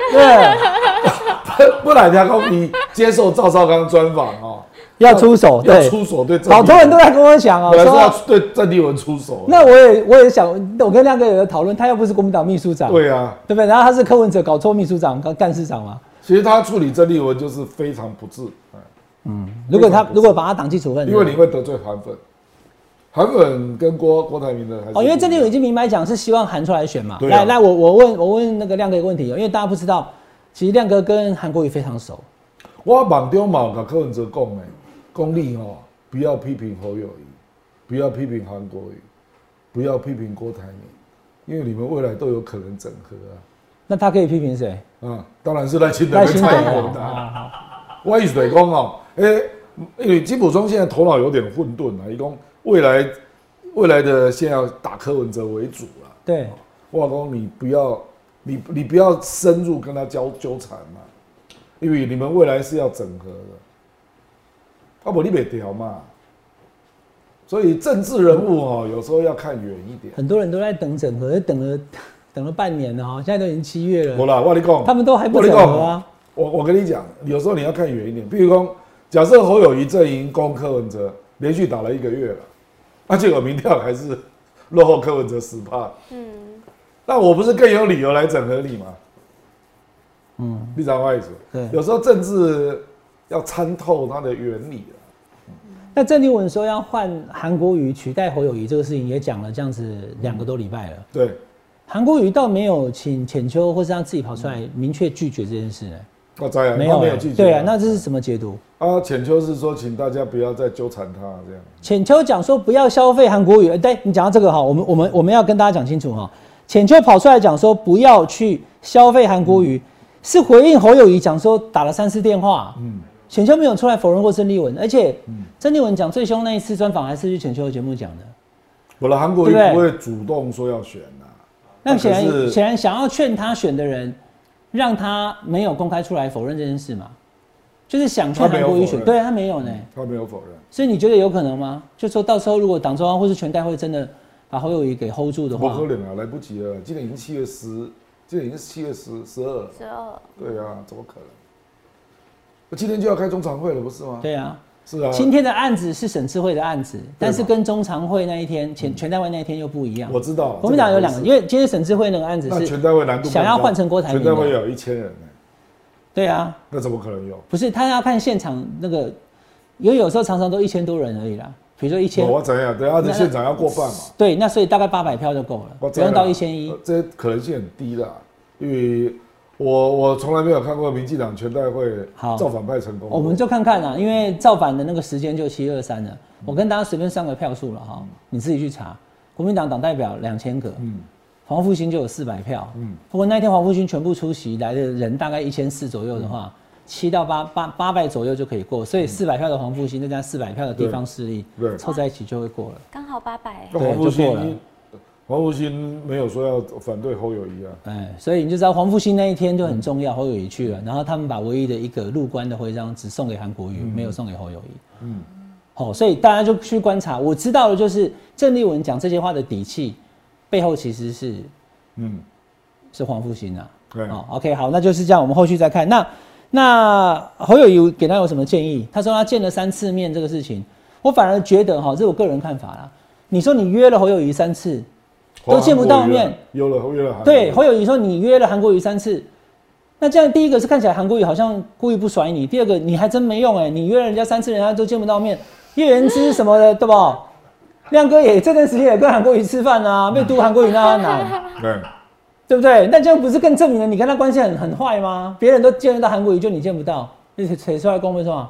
[SPEAKER 3] 不然条你接受赵少康专访
[SPEAKER 2] 要出手，对，
[SPEAKER 3] 出手对，
[SPEAKER 2] 好多人都在跟我讲
[SPEAKER 3] 说要对郑丽文出手。
[SPEAKER 2] 那我也想，我跟亮哥有个讨论，他又不是国民党秘书长，
[SPEAKER 3] 对啊，
[SPEAKER 2] 对不对？然后他是柯文哲搞错秘书长、干事长嘛。
[SPEAKER 3] 其实他处理郑丽文就是非常不智。
[SPEAKER 2] 如果把他党纪处分，
[SPEAKER 3] 因为你会得罪韩粉。 韩粉跟郭台铭的还是
[SPEAKER 2] 因为郑丽文已经明白讲是希望韩出来选嘛。
[SPEAKER 3] 对啊、
[SPEAKER 2] 来，我问那个亮哥一个问题因为大家不知道，其实亮哥跟韩国瑜非常熟。
[SPEAKER 3] 我网中嘛跟柯文哲讲的，讲你不要批评侯友宜，不要批评韩国瑜，不要批评郭台铭，因为你们未来都有可能整合啊。
[SPEAKER 2] 那他可以批评谁？
[SPEAKER 3] 当然是赖清德跟蔡英文的。我意思是讲因为金溥聪现在头脑有点混沌啊，伊讲未来的现在要打柯文哲为主了。
[SPEAKER 2] 对，
[SPEAKER 3] 我讲你不要深入跟他纠缠嘛，因为你们未来是要整合的，不你袂调嘛。所以政治人物有时候要看远一点。
[SPEAKER 2] 很多人都在等整合，等了半年了现在都已经7月了。
[SPEAKER 3] 我啦，我跟你讲，
[SPEAKER 2] 他们都还不整合啊。
[SPEAKER 3] 我跟你讲，有时候你要看远一点。比如说，假设侯友宜阵营攻柯文哲，连续打了1个月了，结果民调还是落后柯文哲10%。那我不是更有理由来整合你吗？你知道我意思？对，有时候政治要参透它的原理
[SPEAKER 2] 那郑丽文说要换韩国瑜取代侯友宜这个事情也讲了，这样子2个多礼拜了。
[SPEAKER 3] 对，
[SPEAKER 2] 韩国瑜倒没有请浅秋或是让自己跑出来明确拒绝这件事呢。
[SPEAKER 3] 我知啊，没有拒绝。
[SPEAKER 2] 对啊，那这是什么解读？
[SPEAKER 3] 浅秋是说，请大家不要再纠缠他这样。
[SPEAKER 2] 浅秋讲说不要消费韩国瑜，对你讲到这个我们要跟大家讲清楚浅秋跑出来讲说不要去消费韩国瑜，是回应侯友宜讲说打了3次电话。浅秋没有出来否认过郑丽文，而且郑丽文讲最凶那一次专访还是去浅秋的节目讲的。
[SPEAKER 3] 我的韩国瑜不会主动说要选
[SPEAKER 2] 那显然想要劝他选的人，让他没有公开出来否认这件事嘛，就是想劝韩国瑜选，对他没有呢，
[SPEAKER 3] 他没有否认。
[SPEAKER 2] 所以你觉得有可能吗？就说到时候如果党中央或是全代会真的把侯友宜给 hold 住的话，
[SPEAKER 3] 不可能来不及了，今年已经7月10，今年已经是7月12了。对啊，怎么可能？今天就要开中常会了，不是吗？
[SPEAKER 2] 对啊，
[SPEAKER 3] 是啊。
[SPEAKER 2] 今天的案子是沈智慧的案子，但是跟中常会那一天全代会那一天又不一样。
[SPEAKER 3] 我知道，
[SPEAKER 2] 国民党有2个，因为今天沈智慧那个案子是
[SPEAKER 3] 全代会难度
[SPEAKER 2] 想要换成郭台铭，
[SPEAKER 3] 全代会有1000人
[SPEAKER 2] 对啊，
[SPEAKER 3] 那怎么可能有？
[SPEAKER 2] 不是，他要看现场那个，因为有时候常常都1000多人而已啦。比如说1000，
[SPEAKER 3] 我怎样？对啊，这现场要过半嘛。
[SPEAKER 2] 对，那所以大概800票就够了，不用到1100。
[SPEAKER 3] 这可能性很低啦，因为我从来没有看过民进党全代会造反派成功。
[SPEAKER 2] 我们就看看因为造反的那个时间就723了。我跟大家随便算个票数了你自己去查。国民党党代表2000个，黄复兴就有400票，不过那天黄复兴全部出席来的人大概1400左右的话，7到800左右就可以过，所以400票的黄复兴再加400票的地方势力，凑在一起就会过了，
[SPEAKER 4] 刚好800，
[SPEAKER 2] 对，就过了。
[SPEAKER 3] 黄复兴没有说要反对侯友宜
[SPEAKER 2] 所以你就知道黄复兴那一天就很重要，侯友宜去了，然后他们把唯一的一个入关的徽章只送给韩国瑜，没有送给侯友宜。所以大家就去观察。我知道的就是郑丽文讲这些话的底气背后其实是黄复兴啊。OK， 好，那就是这样，我们后续再看。那侯友宜给他有什么建议？他说他见了3次面这个事情，我反而觉得这是我个人看法啦。你说你约了侯友宜3次。都见不到面，
[SPEAKER 3] 约了。
[SPEAKER 2] 对，侯友宜说你约了韩国瑜3次，那这样第一个是看起来韩国瑜好像故意不甩你，第二个你还真没用你约了人家3次，人家都见不到面，叶元之什么的，对不？亮哥也这段时间也跟韩国瑜吃饭啊，被督韩国瑜那难，对不对？那这样不是更证明了你跟他关系很坏吗？别人都见得到韩国瑜，就你见不到，你谁出来讲没错？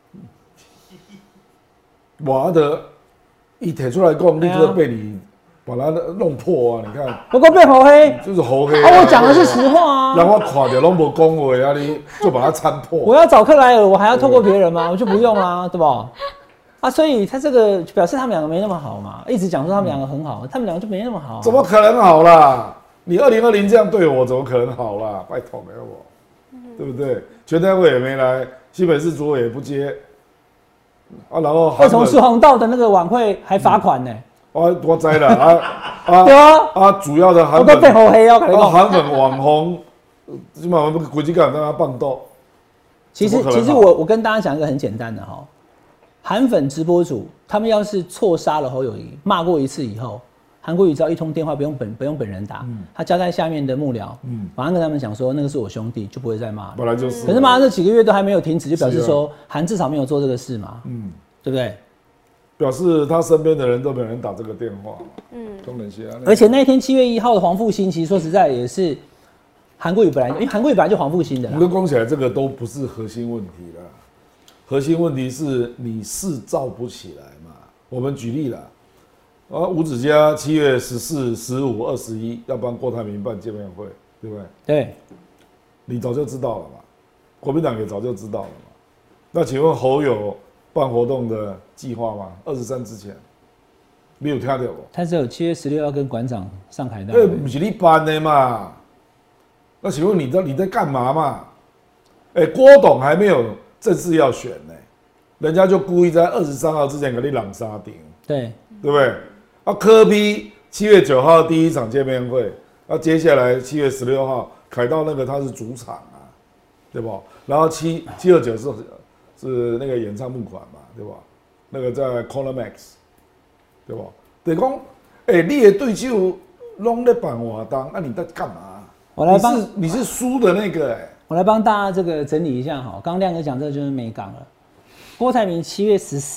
[SPEAKER 3] 我的一提出来讲，你就被你。把它弄破啊！你看，
[SPEAKER 2] 我讲变猴黑，
[SPEAKER 3] 就是猴黑
[SPEAKER 2] 我讲的是实话
[SPEAKER 3] 让我看到都没讲话你就把它参破。
[SPEAKER 2] 我要找克莱尔，我还要透过别人吗？我就不用啦，对吧？所以他这个表示他们2个没那么好嘛，一直讲说他们2个很好，他们2个就没那么好。
[SPEAKER 3] 怎么可能好啦？你2020这样对我，怎么可能好啦？拜托没有我，对不对？全代会也没来，新北市主委也不接然后
[SPEAKER 2] 会从苏弘道的那个晚会还罚款呢。
[SPEAKER 3] 我知了主要的韩粉，
[SPEAKER 2] 我被好黑
[SPEAKER 3] 韩粉网红，基本上国际感让他棒斗。
[SPEAKER 2] 其实我跟大家讲一个很简单的韩粉直播主他们要是错杀了侯友宜，骂过1次以后，韩国瑜只要一通电话不用本人打，他交代下面的幕僚，马上跟他们讲说那个是我兄弟，就不会再骂了。
[SPEAKER 3] 本来就是。
[SPEAKER 2] 可是骂这几个月都还没有停止，就表示说韩至少没有做这个事嘛，对不对？
[SPEAKER 3] 表示他身边的人都没有人打这个电话。功能性。
[SPEAKER 2] 而且那一天7月1号的黄复兴，其实说实在也是韩国瑜因为韩国瑜本来就黄复兴的啦。
[SPEAKER 3] 我跟讲起来，这个都不是核心问题了。核心问题是你事造不起来嘛。我们举例啦，吴子嘉7月14、15、21要帮郭台铭办见面会，对不对？
[SPEAKER 2] 对，
[SPEAKER 3] 你早就知道了嘛，国民党也早就知道了嘛。那请问侯友办活动的计划吗？23之前没有听到不？
[SPEAKER 2] 他只有7月16要跟馆长上凯道。
[SPEAKER 3] 不是你办的嘛？那请问你在干嘛嘛？郭董还没有正式要选呢，人家就故意在23号之前给你朗杀顶，
[SPEAKER 2] 对
[SPEAKER 3] 不对？柯 P 7月9号第一场见面会，接下来7月16号凯道那个他是主场啊，对不？然后729是那个演唱募款嘛，对吧？那个在 Corner Max， 对吧？等于讲，你的对手拢在办活动，那你在干嘛？
[SPEAKER 2] 我来帮
[SPEAKER 3] 你是输的那个
[SPEAKER 2] 我来帮大家这个整理一下哈。刚刚亮哥讲这个就是美港了。郭台铭7月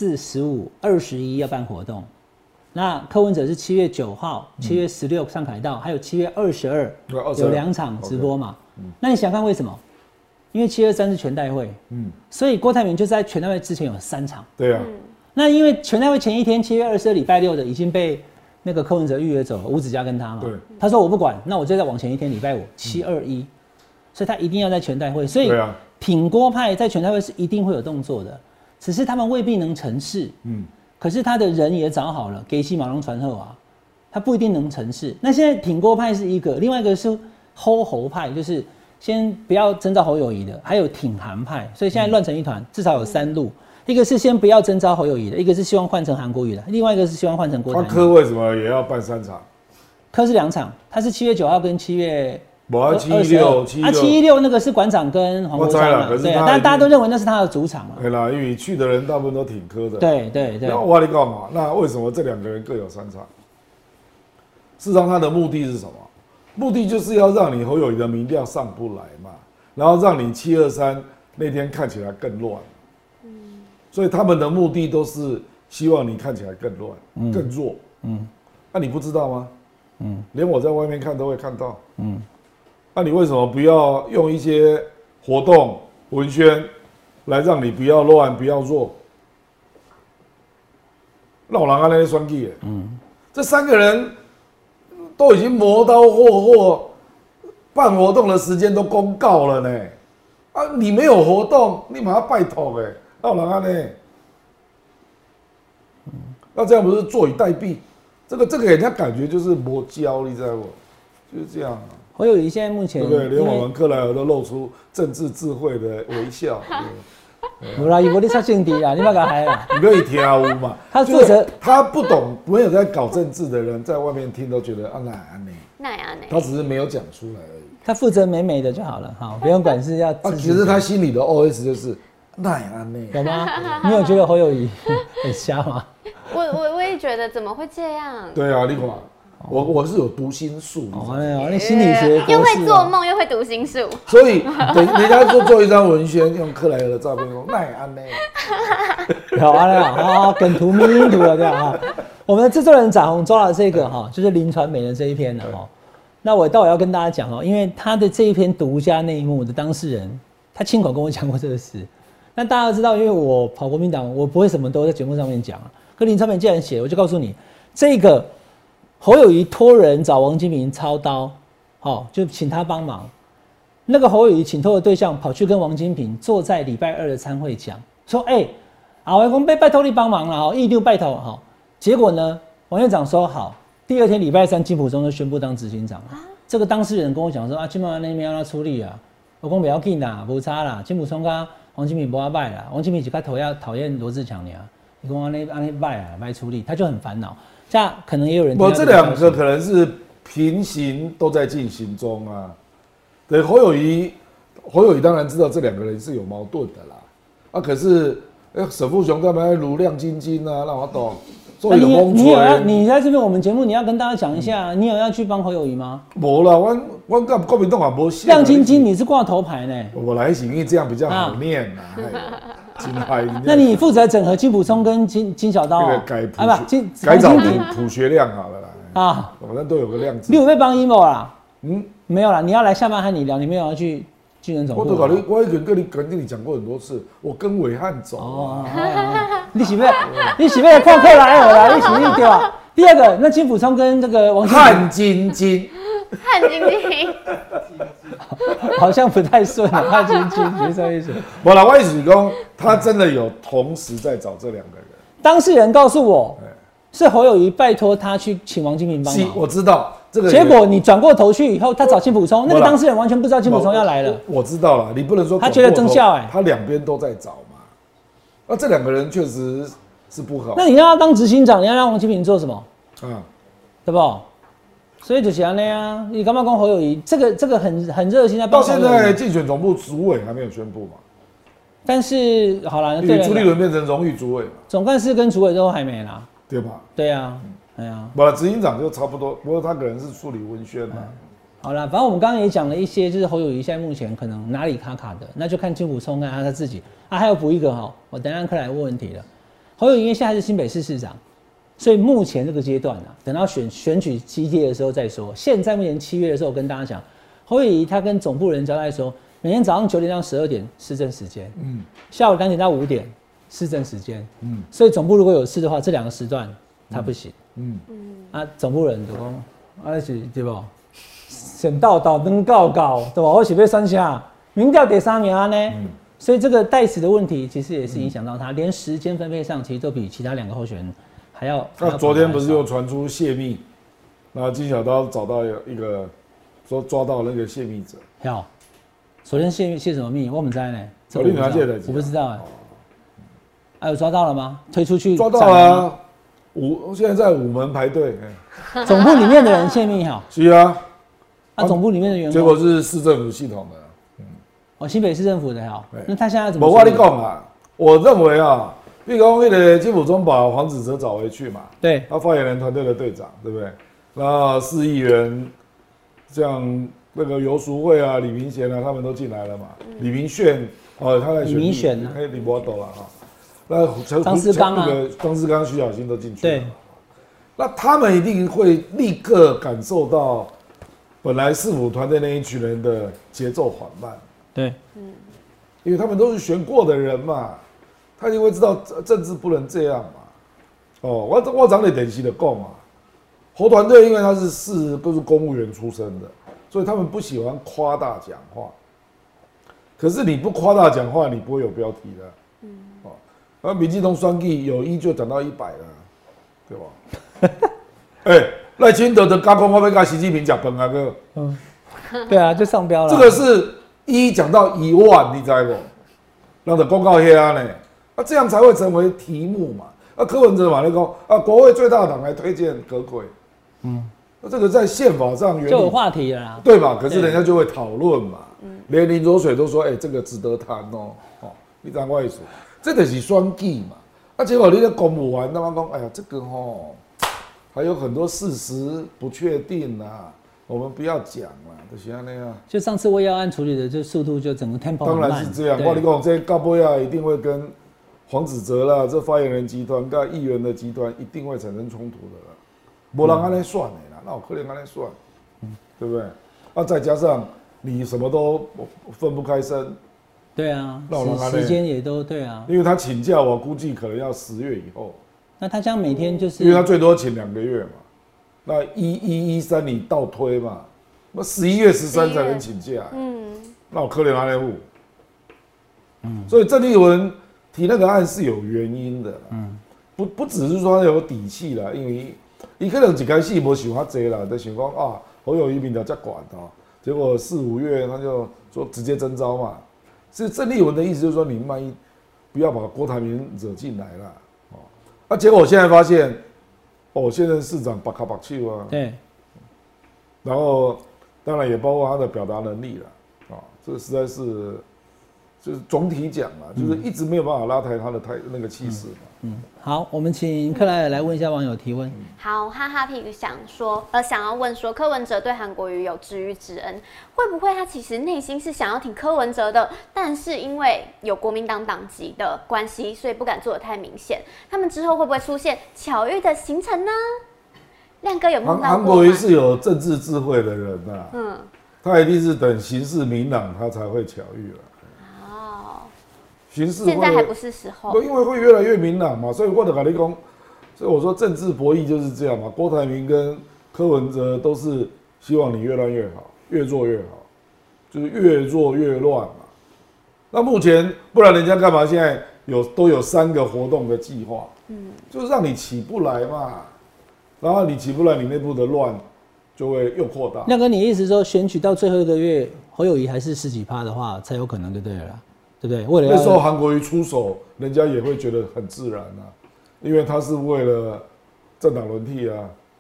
[SPEAKER 2] 14、15、21要办活动，那柯文哲是7月9号、7月16上凯道，还有7月22有2场直播嘛。那你想看为什么？因为7月3是全代会，所以郭台铭就在全代会之前有3场。
[SPEAKER 3] 对啊。
[SPEAKER 2] 那因为全代会前一天7月22礼拜6的已经被那个柯文哲预约走了，吴子嘉跟他嘛。对。他说我不管，那我就再往前一天礼拜5 721，所以他一定要在全代会。所以挺郭派在全代会是一定会有动作的，只是他们未必能成事。可是他的人也找好了，给西马龙传后啊，他不一定能成事。那现在挺郭派是一个，另外一个是侯派，就是先不要征召侯友宜的，还有挺韩派，所以现在乱成一团，至少有3路。一个是先不要征召侯友宜的，一个是希望换成韩国瑜的，另外一个是希望换成郭台铭。
[SPEAKER 3] 柯为什么也要办3场？
[SPEAKER 2] 柯是2场，他是7月9号跟7月
[SPEAKER 3] 716
[SPEAKER 2] 那个是馆长跟黄国昌嘛，对，但大家都认为那是他的主场嘛。
[SPEAKER 3] 对啦，因为去的人大部分都挺柯的。
[SPEAKER 2] 对。
[SPEAKER 3] 那我跟你讲嘛，那为什么这2个人各有3场？事实上，他的目的是什么？目的就是要让你侯友宜的民调上不来嘛，然后让你723那天看起来更乱。所以他们的目的都是希望你看起来更乱、更弱。那你不知道吗？连我在外面看都会看到。那你为什么不要用一些活动文宣来让你不要乱、不要弱？那我让他那些双 K 这3个人都已经磨刀霍霍，办活动的时间都公告了呢。你没有活动，你马上拜托那我让他呢？那这样不是坐以待毙？这个给人家感觉就是磨胶，你知道不？就是这样
[SPEAKER 2] 侯友宜现在目前
[SPEAKER 3] 对不对？连我们克莱尔都露出政治智慧的微笑。
[SPEAKER 2] 有啦，有你插政敌啊，你不要搞嗨啦。
[SPEAKER 3] 你不要听啊嘛。
[SPEAKER 2] 他负责，
[SPEAKER 3] 他不懂，没有在搞政治的人，在外面听都觉得那他只是没有讲出来而已。
[SPEAKER 2] 他负责美美的就好了，好，不用管是要。
[SPEAKER 3] 其实他心里的 OS 就是
[SPEAKER 2] 有吗？你有觉得侯友宜很瞎吗？
[SPEAKER 4] 我也觉得怎么会这样？
[SPEAKER 3] 对啊，你看，我是有读心术，
[SPEAKER 2] 你心理学
[SPEAKER 4] 又会做梦又会读心术，
[SPEAKER 3] 所以人家做一张文宣，用克莱尔的照片说那也安呢，
[SPEAKER 2] 好，梗图、迷因图了这样啊。我们的制作人展宏抓了这个哈，就是林传媒的这一篇的哈。那我待会要跟大家讲哦，因为他的这一篇独家内幕的当事人，他亲口跟我讲过这个事。那大家都知道，因为我跑国民党，我不会什么都在节目上面讲啊。可林传媒既然写，我就告诉你，这个侯友宜托人找王金平操刀，就请他帮忙。那个侯友宜请托的对象跑去跟王金平坐在礼拜2的参会讲，说：“我们拜托你帮忙了，一定拜托哈。”结果呢，王院长说好，第2天礼拜3，金溥中就宣布当执行长了。这个当事人跟我讲说：“金溥那边要他处理啊。”我讲不要紧啦，无差啦，金溥中跟王金平不要拜啦，王金平只较讨厌罗志强呀。你跟安内拜啊，拜处理，他就很烦恼。这样可能也有人
[SPEAKER 3] 这2个可能是平行都在进行中啊。对，侯友宜当然知道这2个人是有矛盾的啦。可是沈富雄他们如亮晶晶啊，让我懂。
[SPEAKER 2] 你在这边我们节目你要跟大家讲一下，你有要去帮侯友宜吗？
[SPEAKER 3] 没啦，我跟国民党也没想。
[SPEAKER 2] 亮晶晶你是挂头牌呢。
[SPEAKER 3] 我来是因为这样比较好念呐。
[SPEAKER 2] 那你负责整合金溥聪跟金小刀
[SPEAKER 3] 改找朴学亮好了啦。啊，反正都有个亮字。
[SPEAKER 2] 你有被帮 emo 啦？没有啦，你要来下班和你聊，你没有要去军人总部。
[SPEAKER 3] 我已经跟你讲过很多次，我跟伟汉走。
[SPEAKER 2] 你是不是旷课来了啦？你是不是对吧？第二个，那金溥聪跟这个王
[SPEAKER 3] 汉金金，
[SPEAKER 2] 好像不太顺啊。汉金金，没什么意思。
[SPEAKER 3] 不啦，我意思是说，他真的有同时在找这2个人。
[SPEAKER 2] 当事人告诉我。是侯友宜拜托他去请王金平帮忙，
[SPEAKER 3] 我知道这个。
[SPEAKER 2] 结果你转过头去以后，他找金溥聪，那个当事人完全不知道金溥聪要来了。
[SPEAKER 3] 我知道了，你不能说
[SPEAKER 2] 他觉得增效
[SPEAKER 3] 他两边都在找嘛。那这2个人确实是不好。
[SPEAKER 2] 那你让他当执行长，你要让王金平做什么？对不？所以就是这样啊。你干嘛跟侯友宜？这个很热心在帮。
[SPEAKER 3] 到现在竞选总部主委还没有宣布嘛？
[SPEAKER 2] 但是好了，对
[SPEAKER 3] 朱立伦变成荣誉主委嘛？
[SPEAKER 2] 总干事跟主委都还没啦。
[SPEAKER 3] 对吧？
[SPEAKER 2] 对啊，哎呀，
[SPEAKER 3] 不，执行长就差不多，不过他可能是处理文宣嘛。
[SPEAKER 2] 好了，反正我们刚刚也讲了一些，就是侯友宜现在目前可能哪里卡卡的，那就看金溥聪看他自己啊。还有补一个哈，我等一下课来问问题了。侯友宜因为现在是新北市市长，所以目前这个阶段啊，等到选举激烈的时候再说。现在目前7月的时候，我跟大家讲，侯友宜他跟总部人交代说，每天早上9点到12点市政时间，下午2点到5点。市政时间，所以总部如果有事的话，这2个时段他不行，总部人就讲，是对不？选到登告，对吧？我是被删下，民调第3名呢，所以这个代词的问题其实也是影响到他，连时间分配上其实都比其他2个候选人还要。
[SPEAKER 3] 那昨天不是又传出泄密，然后金小刀找到一个说抓到那个泄密者。
[SPEAKER 2] 好，昨天泄什么密？我不知道呢，我不知道哎。有抓到了吗？推出去
[SPEAKER 3] 抓到了，现在在午门排队。
[SPEAKER 2] 总部里面的人泄密哈？
[SPEAKER 3] 是啊，
[SPEAKER 2] 总部里面的员工，
[SPEAKER 3] 结果是市政府系统
[SPEAKER 2] 的，新北市政府的哈。那他现在怎么？
[SPEAKER 3] 我跟你讲啊，我认为啊，比如说那个金溥聪把黄子哲找回去嘛，
[SPEAKER 2] 对，
[SPEAKER 3] 他发言人团队的队长，对不对？那市议员像那个游淑慧啊、李明贤啊，他们都进来了嘛。李明炫他在
[SPEAKER 2] 选
[SPEAKER 3] 李波斗了哈。那
[SPEAKER 2] 张思刚啊，
[SPEAKER 3] 张思刚、徐小新都进去了。
[SPEAKER 2] 对，
[SPEAKER 3] 那他们一定会立刻感受到本来市府团队那一群人的节奏缓慢。
[SPEAKER 2] 对，
[SPEAKER 3] 因为他们都是选过的人嘛，他一定会知道政治不能这样嘛。我长得典型的讲嘛，侯团队因为他都是公务员出身的，所以他们不喜欢夸大讲话。可是你不夸大讲话，你不会有标题的。而民进党选举有1就涨到100了，对吧？赖清德的刚讲我要跟习近平讲饭啊哥，
[SPEAKER 2] 对啊，就上标了。
[SPEAKER 3] 这个是1讲到1万，你知不？让的公告黑暗呢，这样才会成为题目嘛。柯文哲嘛，你讲国会最大党来推荐阁揆，那这个在宪法上
[SPEAKER 2] 就有话题了啦，
[SPEAKER 3] 对吧？可是人家就会讨论嘛，连林卓水都说，这个值得谈哦，你知道我意思？这就是选举嘛，结果你的公务员他妈讲，哎呀，这个还有很多事实不确定啊，我们不要讲啦，就是那样。
[SPEAKER 2] 就上次慰要案处理的就速度就整个 tempo
[SPEAKER 3] 当然是这样，我跟你讲，这到尾啊一定会跟黄子哲啦，这发言人集团跟议员的集团一定会产生冲突的啦，没人安尼算的啦，那有可能安尼算，对不对？再加上你什么都分不开身。
[SPEAKER 2] 对啊，时间也都对啊，
[SPEAKER 3] 因为他请假，我估计可能要10月以后。
[SPEAKER 2] 那他将每天就是，
[SPEAKER 3] 因为他最多请2个月嘛，那11、13你倒推嘛，那11月13才能请假，那我可怜他那户，所以郑丽文提那个案是有原因的，不只是说他有底气啦，因为他可能一开始没想遐济啦，就想讲侯友宜民调这管结果4、5月他就说直接征召嘛。是郑丽文的意思，就是说你万一不要把郭台铭惹进来了，结果我现在发现，现任市长把卡把去啊，
[SPEAKER 2] 对，
[SPEAKER 3] 然后当然也包括他的表达能力了，这个实在是就是总体讲啊，就是一直没有办法拉抬他的那个气势嘛。
[SPEAKER 2] 好，我们请克莱尔来问一下网友提问。
[SPEAKER 4] 好，哈哈 Pig 想要问说，柯文哲对韩国瑜有知遇之恩，会不会他其实内心是想要挺柯文哲的，但是因为有国民党党籍的关系，所以不敢做得太明显。他们之后会不会出现巧遇的行程呢？亮哥有梦到过吗？
[SPEAKER 3] 韩国瑜是有政治智慧的人呐，他一定是等形势明朗，他才会巧遇了。形势
[SPEAKER 4] 现在还不是时候，
[SPEAKER 3] 因为会越来越明朗嘛，所以我的跟你讲，所以我说政治博弈就是这样嘛。郭台铭跟柯文哲都是希望你越乱越好，越做越好，就是越做越乱嘛。那目前不然人家干嘛？现在都有3个活动的计划，就是让你起不来嘛。然后你起不来，你内部的乱就会又扩大。
[SPEAKER 2] 亮哥，你意思说选举到最后1个月，侯友宜还是10几%的话，才有可能就对了啦。对不对？为了
[SPEAKER 3] 那时候韩国瑜出手，人家也会觉得很自然啊，因为他是为了政党轮替啊。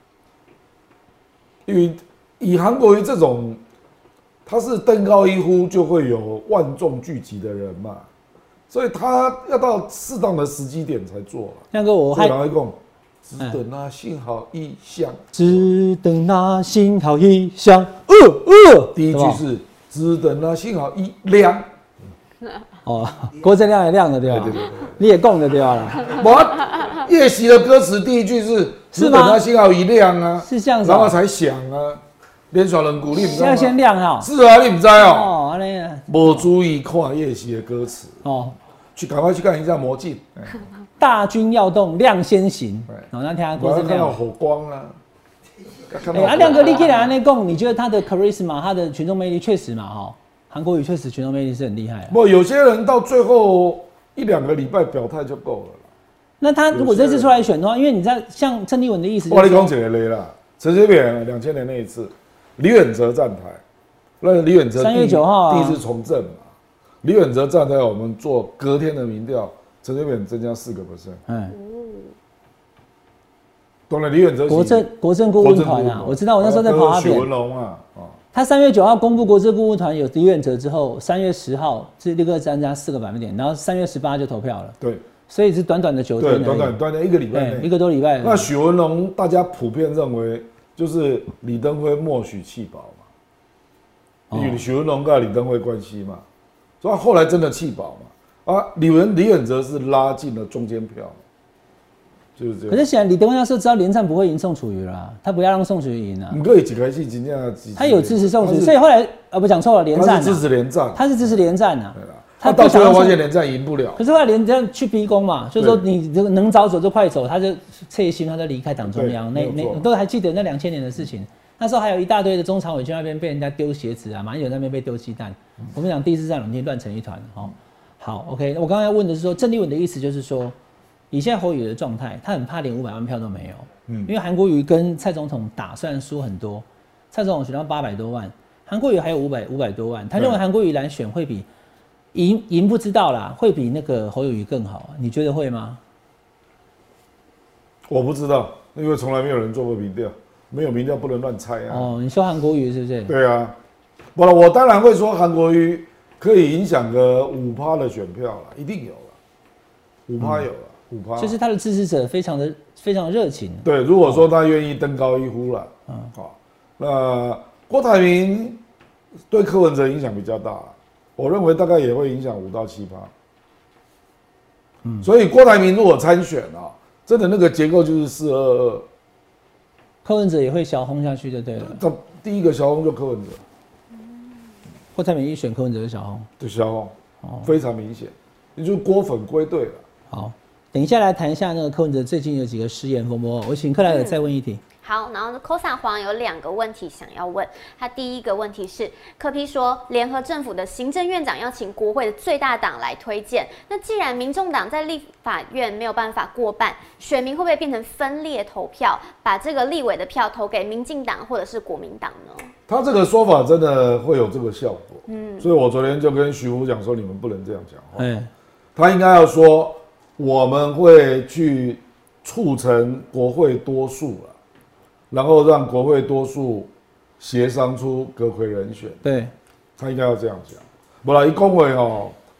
[SPEAKER 3] 因为以韩国瑜这种，他是登高一呼就会有万众聚集的人嘛，所以他要到适当的时机点才做。
[SPEAKER 2] 亮哥，我还
[SPEAKER 3] 赶快讲，只等那幸好一响，
[SPEAKER 2] 只等那幸好一响。
[SPEAKER 3] 第一句是只等那幸好一亮。
[SPEAKER 2] 哦，郭正亮也亮了对吧？对，你也供了对吧啦？
[SPEAKER 3] 我夜袭的歌词第一句是等他幸好一亮啊，
[SPEAKER 2] 是这样子，
[SPEAKER 3] 然后才响啊。连爽人鼓励，
[SPEAKER 2] 现在先亮啊。
[SPEAKER 3] 是啊，你不知道
[SPEAKER 2] 哦？安尼啊，
[SPEAKER 3] 没注意看夜袭的歌词哦，赶快去看一下《魔镜》。
[SPEAKER 2] 大军要动，亮先行。然后那天郭正亮
[SPEAKER 3] 看到火光啊。
[SPEAKER 2] 亮哥，你既然安尼讲，你觉得他的 charisma， 他的群众魅力确实嘛哈？韩国瑜确实群众魅力是很厉害。
[SPEAKER 3] 不，有些人到最后1-2个礼拜表态就够了。
[SPEAKER 2] 那他如果这次出来选的话，因为你知道，像陈立文的意思，
[SPEAKER 3] 我跟你讲一个例啦，陈水扁2000年那一次，李远哲站台，那李远哲
[SPEAKER 2] 3月9号
[SPEAKER 3] 第一次从政嘛，李远哲站台，我们做隔天的民调，陈水扁增加4%。当然，李远哲
[SPEAKER 2] 国政顾问团啊，我知道，我那时候在跑阿扁。
[SPEAKER 3] 许文龙啊，
[SPEAKER 2] 他3月9号公布国政顾问团有李远哲之后，3月10号是立刻增加4个百分点，然后3月18就投票了。
[SPEAKER 3] 对，
[SPEAKER 2] 所以是短短的9天，
[SPEAKER 3] 短短1个礼拜内，1
[SPEAKER 2] 个多礼拜。
[SPEAKER 3] 那许文龙大家普遍认为就是李登辉默许弃保嘛，因为许文龙跟李登辉关系嘛，所以后来真的弃保嘛。啊，李远哲是拉进了中间票。就是这样。
[SPEAKER 2] 可是显然李登辉那时候知道连战不会赢宋楚瑜啦，他不要让宋楚瑜赢啊。
[SPEAKER 3] 你可以几开戏真正
[SPEAKER 2] 他有支持宋楚瑜，所以后来不讲错了，连战。
[SPEAKER 3] 他是支持连战，
[SPEAKER 2] 他是支持连战啊。
[SPEAKER 3] 他到最后发现连战赢不了。
[SPEAKER 2] 可是后来连战去逼宫嘛，就是说你这个能早走就快走，他就撤心，他就离开党中央。那都还记得那2000年的事情。那时候还有一大堆的中常委去那边被人家丢鞋子啊，马英九那边被丢鸡蛋。我们讲第一次占领乱成一团哦。好 ，OK， 我刚才要问的是说，郑丽文的意思就是说。以现在侯友宜的状态，他很怕连500万票都没有，因为韩国瑜跟蔡总统打，虽然输很多，蔡总统选到800多万，韩国瑜还有500多万，他认为韩国瑜来选会比赢不知道啦，会比那个侯友宜更好，你觉得会吗？
[SPEAKER 3] 我不知道，因为从来没有人做过民调，没有民调不能乱猜啊。
[SPEAKER 2] 哦，你说韩国瑜是不是？
[SPEAKER 3] 对啊，我当然会说韩国瑜可以影响个5%的选票了，一定有了，5%有了。
[SPEAKER 2] 就是他的支持者非常热情。
[SPEAKER 3] 对，如果说他愿意登高一呼了，好，那郭台铭对柯文哲影响比较大，我认为大概也会影响5到7%。所以郭台铭如果参选啊，真的那个结构就是4-2-2，
[SPEAKER 2] 柯文哲也会小轰下去就对了。
[SPEAKER 3] 他第一个小轰就柯文哲，
[SPEAKER 2] 郭台铭一选柯文哲就小轰，
[SPEAKER 3] 就小轰，非常明显，也就是郭粉归队了。
[SPEAKER 2] 好。等一下来谈一下那个柯文哲最近有几个失言风波，我请克莱尔再问一题。
[SPEAKER 4] 好，然后 Kosa 黄有2个问题想要问。他第一个问题是，柯 P 说联合政府的行政院长要请国会的最大党来推荐，那既然民众党在立法院没有办法过半，选民会不会变成分裂投票，把这个立委的票投给民进党或者是国民党呢？
[SPEAKER 3] 他这个说法真的会有这个效果，所以我昨天就跟徐福讲说，你们不能这样讲话，他应该要说。我们会去促成国会多数了，然后让国会多数协商出阁揆人选。
[SPEAKER 2] 对，
[SPEAKER 3] 他应该要这样讲。不然一公会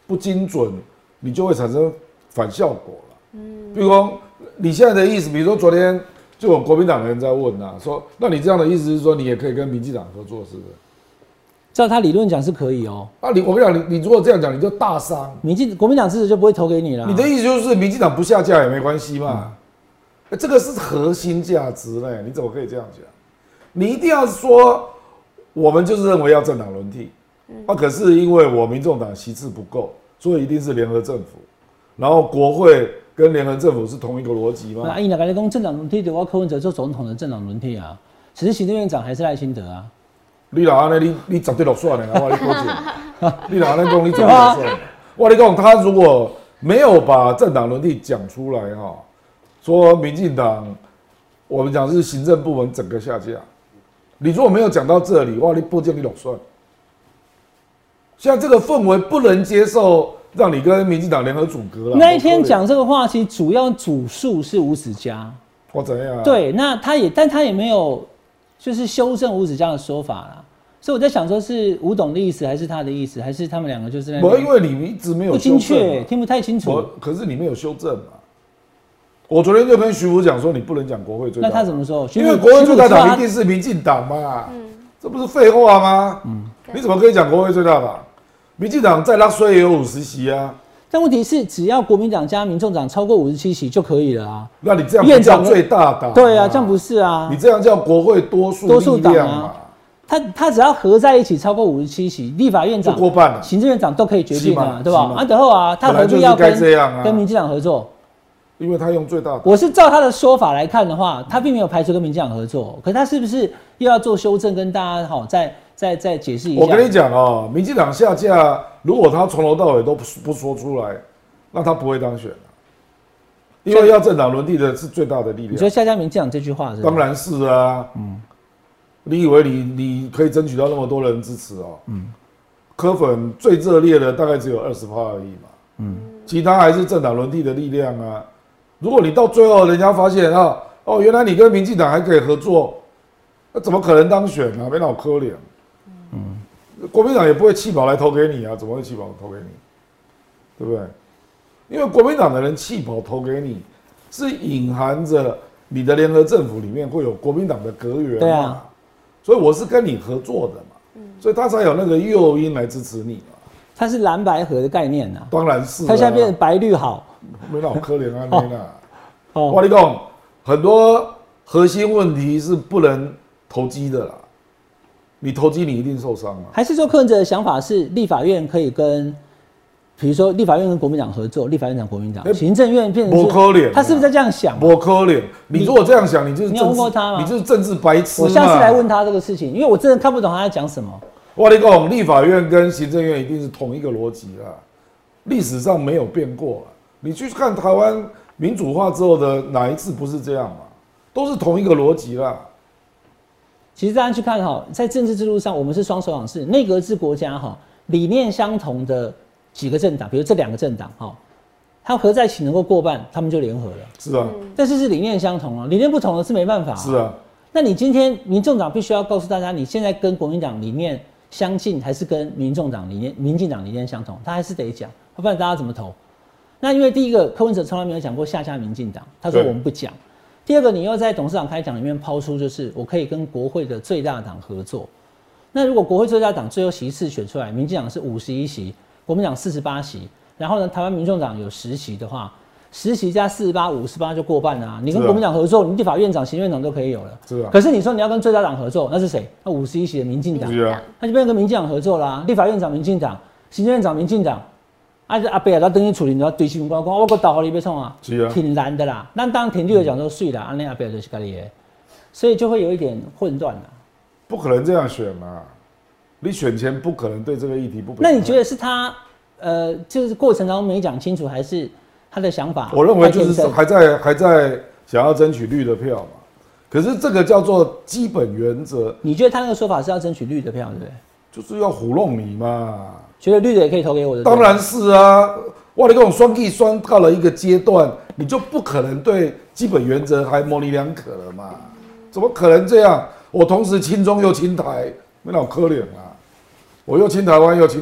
[SPEAKER 3] 不精准，你就会产生反效果了。比如说你现在的意思，比如说昨天就有国民党的人在问啊，说那你这样的意思是说你也可以跟民进党合作，是不是？
[SPEAKER 2] 照他理论讲是可以哦。
[SPEAKER 3] 啊，我跟你讲，你如果这样讲，你就大伤
[SPEAKER 2] 国民党支持就不会投给你了。
[SPEAKER 3] 你的意思就是民进党不下架也没关系嘛？这个是核心价值嘞，你怎么可以这样讲？你一定要说我们就是认为要政党轮替，可是因为我民众党席次不够，所以一定是联合政府，然后国会跟联合政府是同一个逻辑吗？
[SPEAKER 2] 那伊哪个讲政党轮替的话，柯文哲做总统的政党轮替啊，其实行政院长还是赖清德啊。
[SPEAKER 3] 你若安尼，你绝对落选的，我跟你讲。你若安尼讲，你绝对落选。我跟你讲，他如果没有把政党轮替讲出来哈，说民进党，我们讲是行政部门整个下架。你如果没有讲到这里，哇，你不见你落选。现在这个氛围不能接受，让你跟民进党联合阻隔了。
[SPEAKER 2] 那一天讲这个话，其实主要主述是吴子嘉。
[SPEAKER 3] 我怎样？
[SPEAKER 2] 对，那但他也没有就是修正吴子嘉的说法啦。所以我在想，说是吴董的意思，还是他的意思，还是他们两个就是
[SPEAKER 3] 不，因为你一直没有
[SPEAKER 2] 不精确，听不太清楚。
[SPEAKER 3] 可是你没有修正嘛？我昨天就跟徐福讲说，你不能讲国会最大党。
[SPEAKER 2] 那他怎么说？
[SPEAKER 3] 因为国会最大党一定是民进党嘛，这不是废话吗？你怎么可以讲国会最大党？民进党再拉衰也有50席啊。
[SPEAKER 2] 但问题是，只要国民党加民众党超过57席就可以了啊。
[SPEAKER 3] 那你这样不叫最大党？
[SPEAKER 2] 对啊，这样不是啊。
[SPEAKER 3] 你这样叫国会多数力量嘛？
[SPEAKER 2] 他只要合在一起超过57席，立法院长、
[SPEAKER 3] 过半了，
[SPEAKER 2] 行政院长都可以决定啊，对吧？啊，等后啊，他何必要跟民进党合作？
[SPEAKER 3] 因为他用最大党。
[SPEAKER 2] 我是照他的说法来看的话，他并没有排除跟民进党合作，可是他是不是又要做修正，跟大家好再解释一下？
[SPEAKER 3] 我跟你讲哦，民进党下架，如果他从头到尾都不说出来，那他不会当选了，因为要政党轮替的是最大的力量。
[SPEAKER 2] 你说下架民进党这句话是？
[SPEAKER 3] 当然是啊，你以为你可以争取到那么多人支持哦？柯粉最热烈的大概只有20%而已嘛，其他还是政党轮替的力量啊。如果你到最后人家发现啊，哦，原来你跟民进党还可以合作，那怎么可能当选啊？没脑可怜。国民党也不会弃保来投给你啊，怎么会弃保投给你？对不对？因为国民党的人弃保投给你，是隐含着你的联合政府里面会有国民党的阁员嘛。
[SPEAKER 2] 对啊。
[SPEAKER 3] 所以我是跟你合作的嘛，所以他才有那个诱因来支持你嘛。
[SPEAKER 2] 他是蓝白合的概念啊，
[SPEAKER 3] 当然是、啊。
[SPEAKER 2] 他现在变成白绿好，
[SPEAKER 3] 没那么可怜啊，没啦。我跟你讲，很多核心问题是不能投机的啦，你投机你一定受伤嘛。
[SPEAKER 2] 还是说柯文哲的想法是立法院可以跟，比如说立法院跟国民党合作，立法院讲国民党，行政院变成
[SPEAKER 3] 不可怜，
[SPEAKER 2] 他是不是在这样想？
[SPEAKER 3] 不可怜，你如果这样想，你就是
[SPEAKER 2] 你有问过他吗？
[SPEAKER 3] 你就是政治白痴嘛。
[SPEAKER 2] 我下次来问他这个事情，因为我真的看不懂他在讲什么。
[SPEAKER 3] 我跟你讲，立法院跟行政院一定是同一个逻辑啦，历史上没有变过啦。你去看台湾民主化之后的哪一次不是这样嘛？都是同一个逻辑啦。
[SPEAKER 2] 其实大家去看哈，在政治制度上，我们是双手掌式，内阁制国家哈，理念相同的几个政党，比如这2个政党哈，它合在一起能够过半，他们就联合了。
[SPEAKER 3] 是啊，
[SPEAKER 2] 但是理念相同啊，理念不同的是没办法。
[SPEAKER 3] 是啊，
[SPEAKER 2] 那你今天民众党必须要告诉大家，你现在跟国民党理念相近，还是跟民进党理念相同？他还是得讲，不然大家怎么投？那因为第一个，柯文哲从来没有讲过下架民进党，他说我们不讲。第二个，你又在董事长开讲里面抛出，就是我可以跟国会的最大党合作。那如果国会最大党最后席次选出来，民进党是51席，国民党48席，然后呢，台湾民众党有10席的话，10席加48、58就过半了啊！你跟国民党合作，你立法院长、行政院长都可以有了。
[SPEAKER 3] 是啊。
[SPEAKER 2] 可是你说你要跟最大党合作，那是谁？那51席的民进党，那就变成跟民进党合作啦。立法院长民进党，行政院长民进党。阿伯啊，他等于处理，你要对新闻讲，我个导好你要创啊，挺难的啦。那当然挺绿的讲说水啦，安尼阿伯就是家己的，所以就会有一点混乱啦。
[SPEAKER 3] 不可能这样选嘛，你选前不可能对这个议题不。
[SPEAKER 2] 那你觉得是他就是过程当中没讲清楚，还是他的想法？
[SPEAKER 3] 我认为就是还在想要争取绿的票嘛。可是这个叫做基本原则。
[SPEAKER 2] 你觉得他那个说法是要争取绿的票，对不对？
[SPEAKER 3] 就是要糊弄你嘛。
[SPEAKER 2] 觉得绿的也可以投给我的？
[SPEAKER 3] 当然是啊！哇，你这种双计双到了一个阶段，你就不可能对基本原则还模棱两可了嘛？怎么可能这样？我同时亲中又亲台，没那么可怜啊！我又亲台湾又亲中，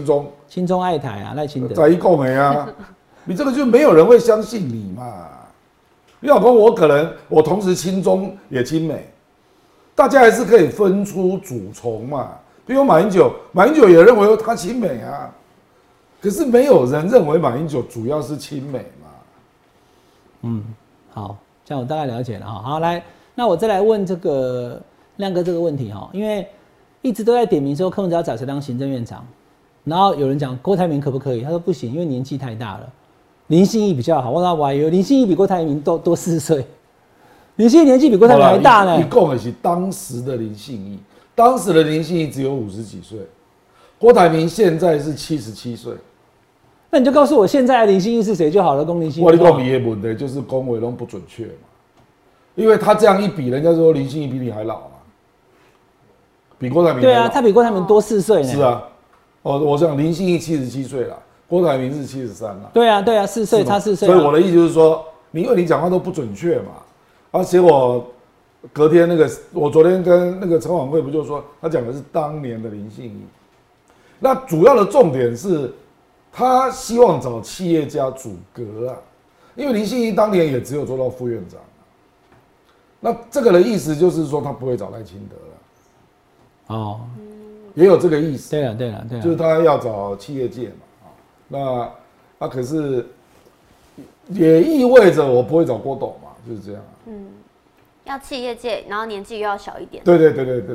[SPEAKER 2] 亲中爱台啊，赖清德。
[SPEAKER 3] 在一共没啊，你这个就没有人会相信你嘛。你老公，我同时亲中也亲美，大家还是可以分出主从嘛。比如马英九也认为他亲美啊，可是没有人认为马英九主要是亲美嘛。
[SPEAKER 2] 好，这样我大概了解了哈。好，来，那我再来问这个亮哥这个问题哈，因为一直都在点名说柯文哲要找谁当行政院长，然后有人讲郭台铭可不可以，他说不行，因为年纪太大了。林信义比较好，我说我以为林信义比郭台铭多4岁，林信义年纪比郭台铭还大呢。
[SPEAKER 3] 一共的是当时的林信义，当时的林信义只有50几岁，郭台铭现在是77岁。
[SPEAKER 2] 那你就告诉我现在的林信义是谁就好了，龚林信义。
[SPEAKER 3] 我跟你讲，你的问题就是恭维都不准确嘛，因为他这样一比，人家说林信义比你还老啊，比郭台铭还老。
[SPEAKER 2] 对啊，他比郭台铭多4岁呢。
[SPEAKER 3] 是啊，我想林信义77岁了。郭台铭是73了，
[SPEAKER 2] 对啊，4岁差4岁。
[SPEAKER 3] 所以我的意思就是说，因为你讲话都不准确嘛，而且我隔天我昨天跟那个陈婉慧不就说，他讲的是当年的林信义，那主要的重点是，他希望找企业家阻隔啊，因为林信义当年也只有做到副院长，那这个的意思就是说他不会找赖清德了，哦，也有这个意思。
[SPEAKER 2] 对了，
[SPEAKER 3] 就是他要找企业界嘛。那可是也意味着我不会找郭董嘛，就是这样。
[SPEAKER 4] 要企业界，然后年纪又要小一点。
[SPEAKER 3] 对。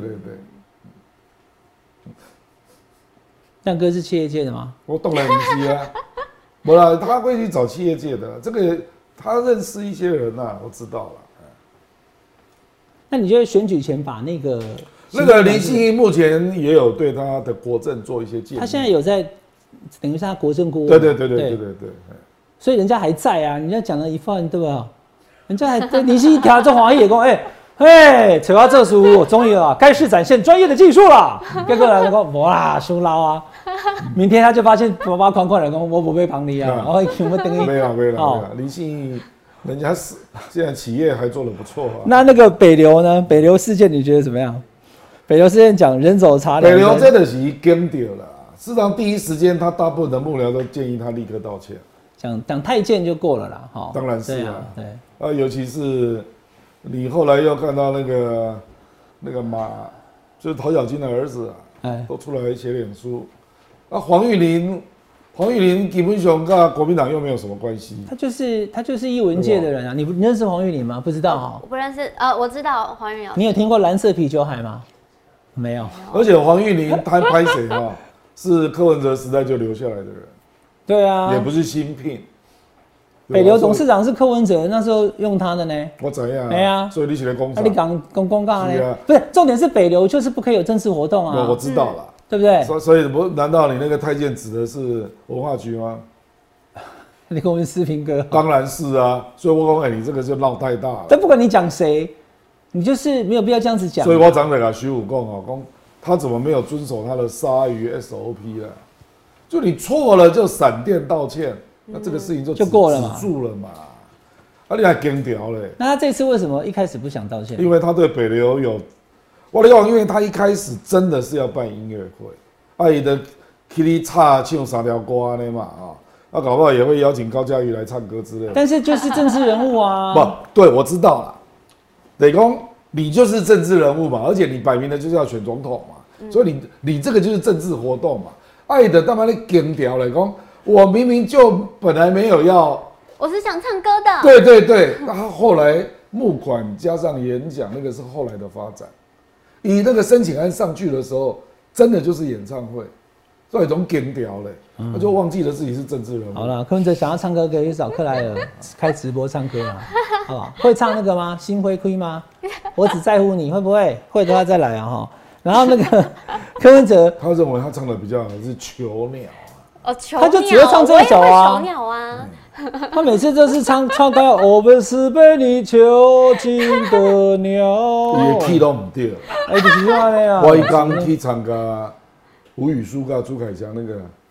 [SPEAKER 2] 亮哥是企业界的吗？
[SPEAKER 3] 我当然不是啊，没啦，他会去找企业界的，这个他认识一些人啊，我知道了。
[SPEAKER 2] 那你觉得选举前把那个
[SPEAKER 3] 林信义目前也有对他的国政做一些建议，
[SPEAKER 2] 他现在有在。等于是他国政顾问，
[SPEAKER 3] 对，
[SPEAKER 2] 所以人家还在啊，人家讲了一番，对吧？人家还林信义调做黄奕讲，找到这书，我终于了，该是展现专业的技术了。结果来讲，哇，输捞啊！明天他就发现包包款款来讲，我不被旁离啊，我有没有等于？
[SPEAKER 3] 没有，林信义人家是现在企业还做得不错啊。
[SPEAKER 2] 那个北流呢？北流事件你觉得怎么样？北流事件讲人走茶凉，
[SPEAKER 3] 北流真的是跟掉了。市场第一时间，他大部分的幕僚都建议他立刻道歉，
[SPEAKER 2] 讲太监就过了啦，哈。
[SPEAKER 3] 当然是啊，
[SPEAKER 2] 对，
[SPEAKER 3] 尤其是你后来又看到那个马，就是陶小金的儿子啊，都出来写脸书。那黄玉玲基本上跟国民党又没有什么关系。
[SPEAKER 2] 他就是艺文界的人啊，你认识黄玉玲吗？不知道哈。
[SPEAKER 4] 我不认识，我知道黄玉玲。
[SPEAKER 2] 你有听过蓝色啤酒海吗？没有。
[SPEAKER 3] 而且黄玉玲他拍谁啊？是柯文哲时代就留下来的人，对啊，也不是新聘。
[SPEAKER 2] 北流董事长是柯文哲那时候用他的呢。
[SPEAKER 3] 我怎样？
[SPEAKER 2] 对啊，
[SPEAKER 3] 所以你写的公司，
[SPEAKER 2] 你讲公告呢？不是，重点是北流就是不可以有正式活动啊。
[SPEAKER 3] 我知道了，
[SPEAKER 2] 对不对？
[SPEAKER 3] 所以不，难道你那个太监指的是文化局吗？
[SPEAKER 2] 你跟我们视频哥，
[SPEAKER 3] 当然是啊。所以我讲，你这个就闹太大了。
[SPEAKER 2] 但不管你讲谁，你就是没有必要这样子讲。
[SPEAKER 3] 所以我讲的跟徐武讲他怎么没有遵守他的鲨鱼 SOP 了？就你错了就闪电道歉，那这个事情就
[SPEAKER 2] 过了嘛，
[SPEAKER 3] 止住了嘛。你还跟掉嘞？
[SPEAKER 2] 那他这次为什么一开始不想道歉？
[SPEAKER 3] 因为他对北流有，我跟你讲，因为他一开始真的是要办音乐会，伊的去你唱3条歌呢嘛啊，搞不好也会邀请高嘉瑜来唱歌之类的。
[SPEAKER 2] 但是就是政治人物啊，
[SPEAKER 3] 不对，我知道啦，等于说你就是政治人物嘛，而且你摆明了就是要选总统嘛。所以你这个就是政治活动嘛，爱的干嘛你跟掉了？讲我明明就本来没有要，
[SPEAKER 4] 我是想唱歌的。
[SPEAKER 3] 对，那他后来募款加上演讲，那个是后来的发展。以那个申请案上去的时候，真的就是演唱会，所以总跟掉了，他就忘记了自己是政治人物。
[SPEAKER 2] 好了，柯文哲想要唱歌可以去找克莱尔开直播唱歌啊，好不好？会唱那个吗？心灰灰吗？我只在乎你，会不会？会的话再来啊哈。然后那个柯文哲，
[SPEAKER 3] 他认为他唱的比较好是囚鸟
[SPEAKER 4] 啊，囚鸟，
[SPEAKER 2] 他就只会唱这一首啊，
[SPEAKER 4] 囚鸟啊。
[SPEAKER 2] 他每次都是唱高，我们是被你囚禁的鸟。
[SPEAKER 3] 伊的 key 都唔对，
[SPEAKER 2] 就是这样啊。
[SPEAKER 3] 我刚去参加吴宇舒跟朱凯翔那个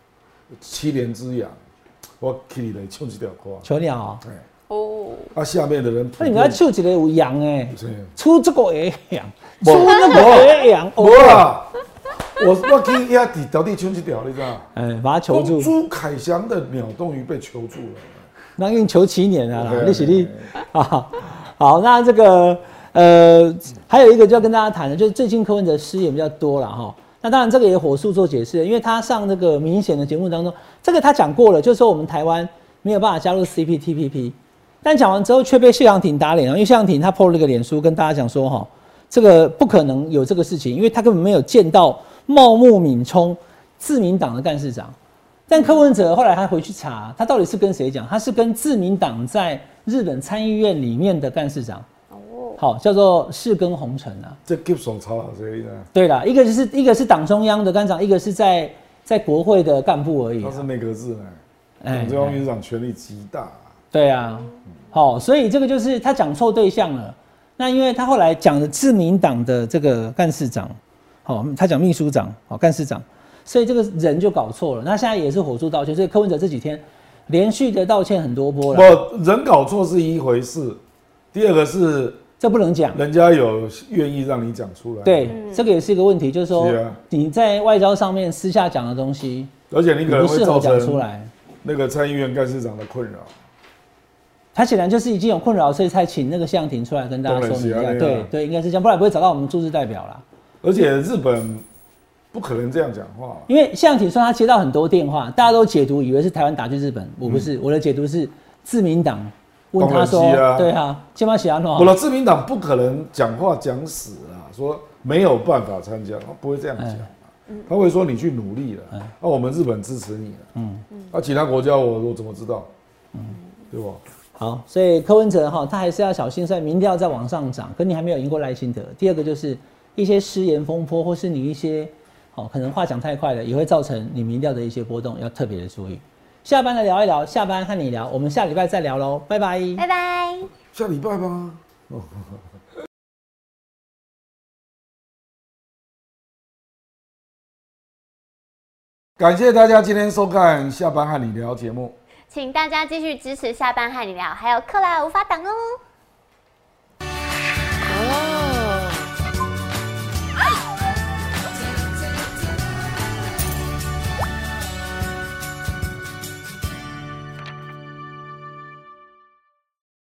[SPEAKER 3] 7年之痒，我去来唱一条歌。
[SPEAKER 2] 囚鸟啊。
[SPEAKER 3] 哦。啊，下面的人，
[SPEAKER 2] 那你们要唱一个有羊哎，出这个也羊。出那个也养，
[SPEAKER 3] 无啦， 我可以压底倒地冲一条，你知道？
[SPEAKER 2] 把他求住。
[SPEAKER 3] 朱凯翔的秒动鱼被求住了，
[SPEAKER 2] 那已经求7年了啦，利息率啊。好，那这个还有一个就要跟大家谈的，就是最近柯文哲失言比较多了哈。那当然这个也火速做解释，因为他上那个明显的节目当中，这个他讲过了，就是说我们台湾没有办法加入 CPTPP， 但讲完之后却被谢长廷打脸了，因为谢长廷他 po 了一个脸书跟大家讲说哈，这个不可能有这个事情，因为他根本没有见到茂木敏充自民党的干事长。但柯文哲后来他回去查，他到底是跟谁讲？他是跟自民党在日本参议院里面的干事长。好，叫做世耕弘成啊，
[SPEAKER 3] 这基本超老这一呢。
[SPEAKER 2] 对啦，一个是党中央的干事长，一个是在国会的干部而已。
[SPEAKER 3] 他是内阁制呢，党中央秘书长权力极大。
[SPEAKER 2] 对啊，好，所以这个就是他讲错对象了。那因为他后来讲的自民党的这个干事长，好，他讲秘书长，好，干事长，所以这个人就搞错了。那现在也是火速道歉，所以柯文哲这几天连续的道歉很多波了。
[SPEAKER 3] 人搞错是一回事，第二个是。
[SPEAKER 2] 这不能讲，
[SPEAKER 3] 人家有愿意让你讲出来。
[SPEAKER 2] 对，这个也是一个问题，就是说你在外交上面私下讲的东西，
[SPEAKER 3] 而且你可能会造成
[SPEAKER 2] 出来
[SPEAKER 3] 那个参议院干事长的困扰。
[SPEAKER 2] 他显然就是已经有困扰，所以才请那个谢长廷出来跟大家说明一下。对，应该是这样，不然不会找到我们驻日代表啦。
[SPEAKER 3] 而且日本不可能这样讲话，
[SPEAKER 2] 因为谢长廷说他接到很多电话，大家都解读以为是台湾打去日本，我不是，我的解读是自民党。问他说：“对啊，今晚写安诺。”
[SPEAKER 3] 我的自民党不可能讲话讲死啊，说没有办法参加，他不会这样讲，他会说你去努力了，那我们日本支持你了，那其他国家我怎么知道，对吧？
[SPEAKER 2] 好，所以柯文哲他还是要小心，虽然民调在往上涨，可你还没有赢过赖清德。第二个就是一些失言风波，或是你一些可能话讲太快了，也会造成你民调的一些波动，要特别的注意。下班来聊一聊，下班和你聊，我们下礼拜再聊喽，拜拜，
[SPEAKER 4] 拜拜，
[SPEAKER 3] 下礼拜吧。感谢大家今天收看《下班和你聊》节目，
[SPEAKER 4] 请大家继续支持《下班和你聊》，还有克莱尔无法挡哦。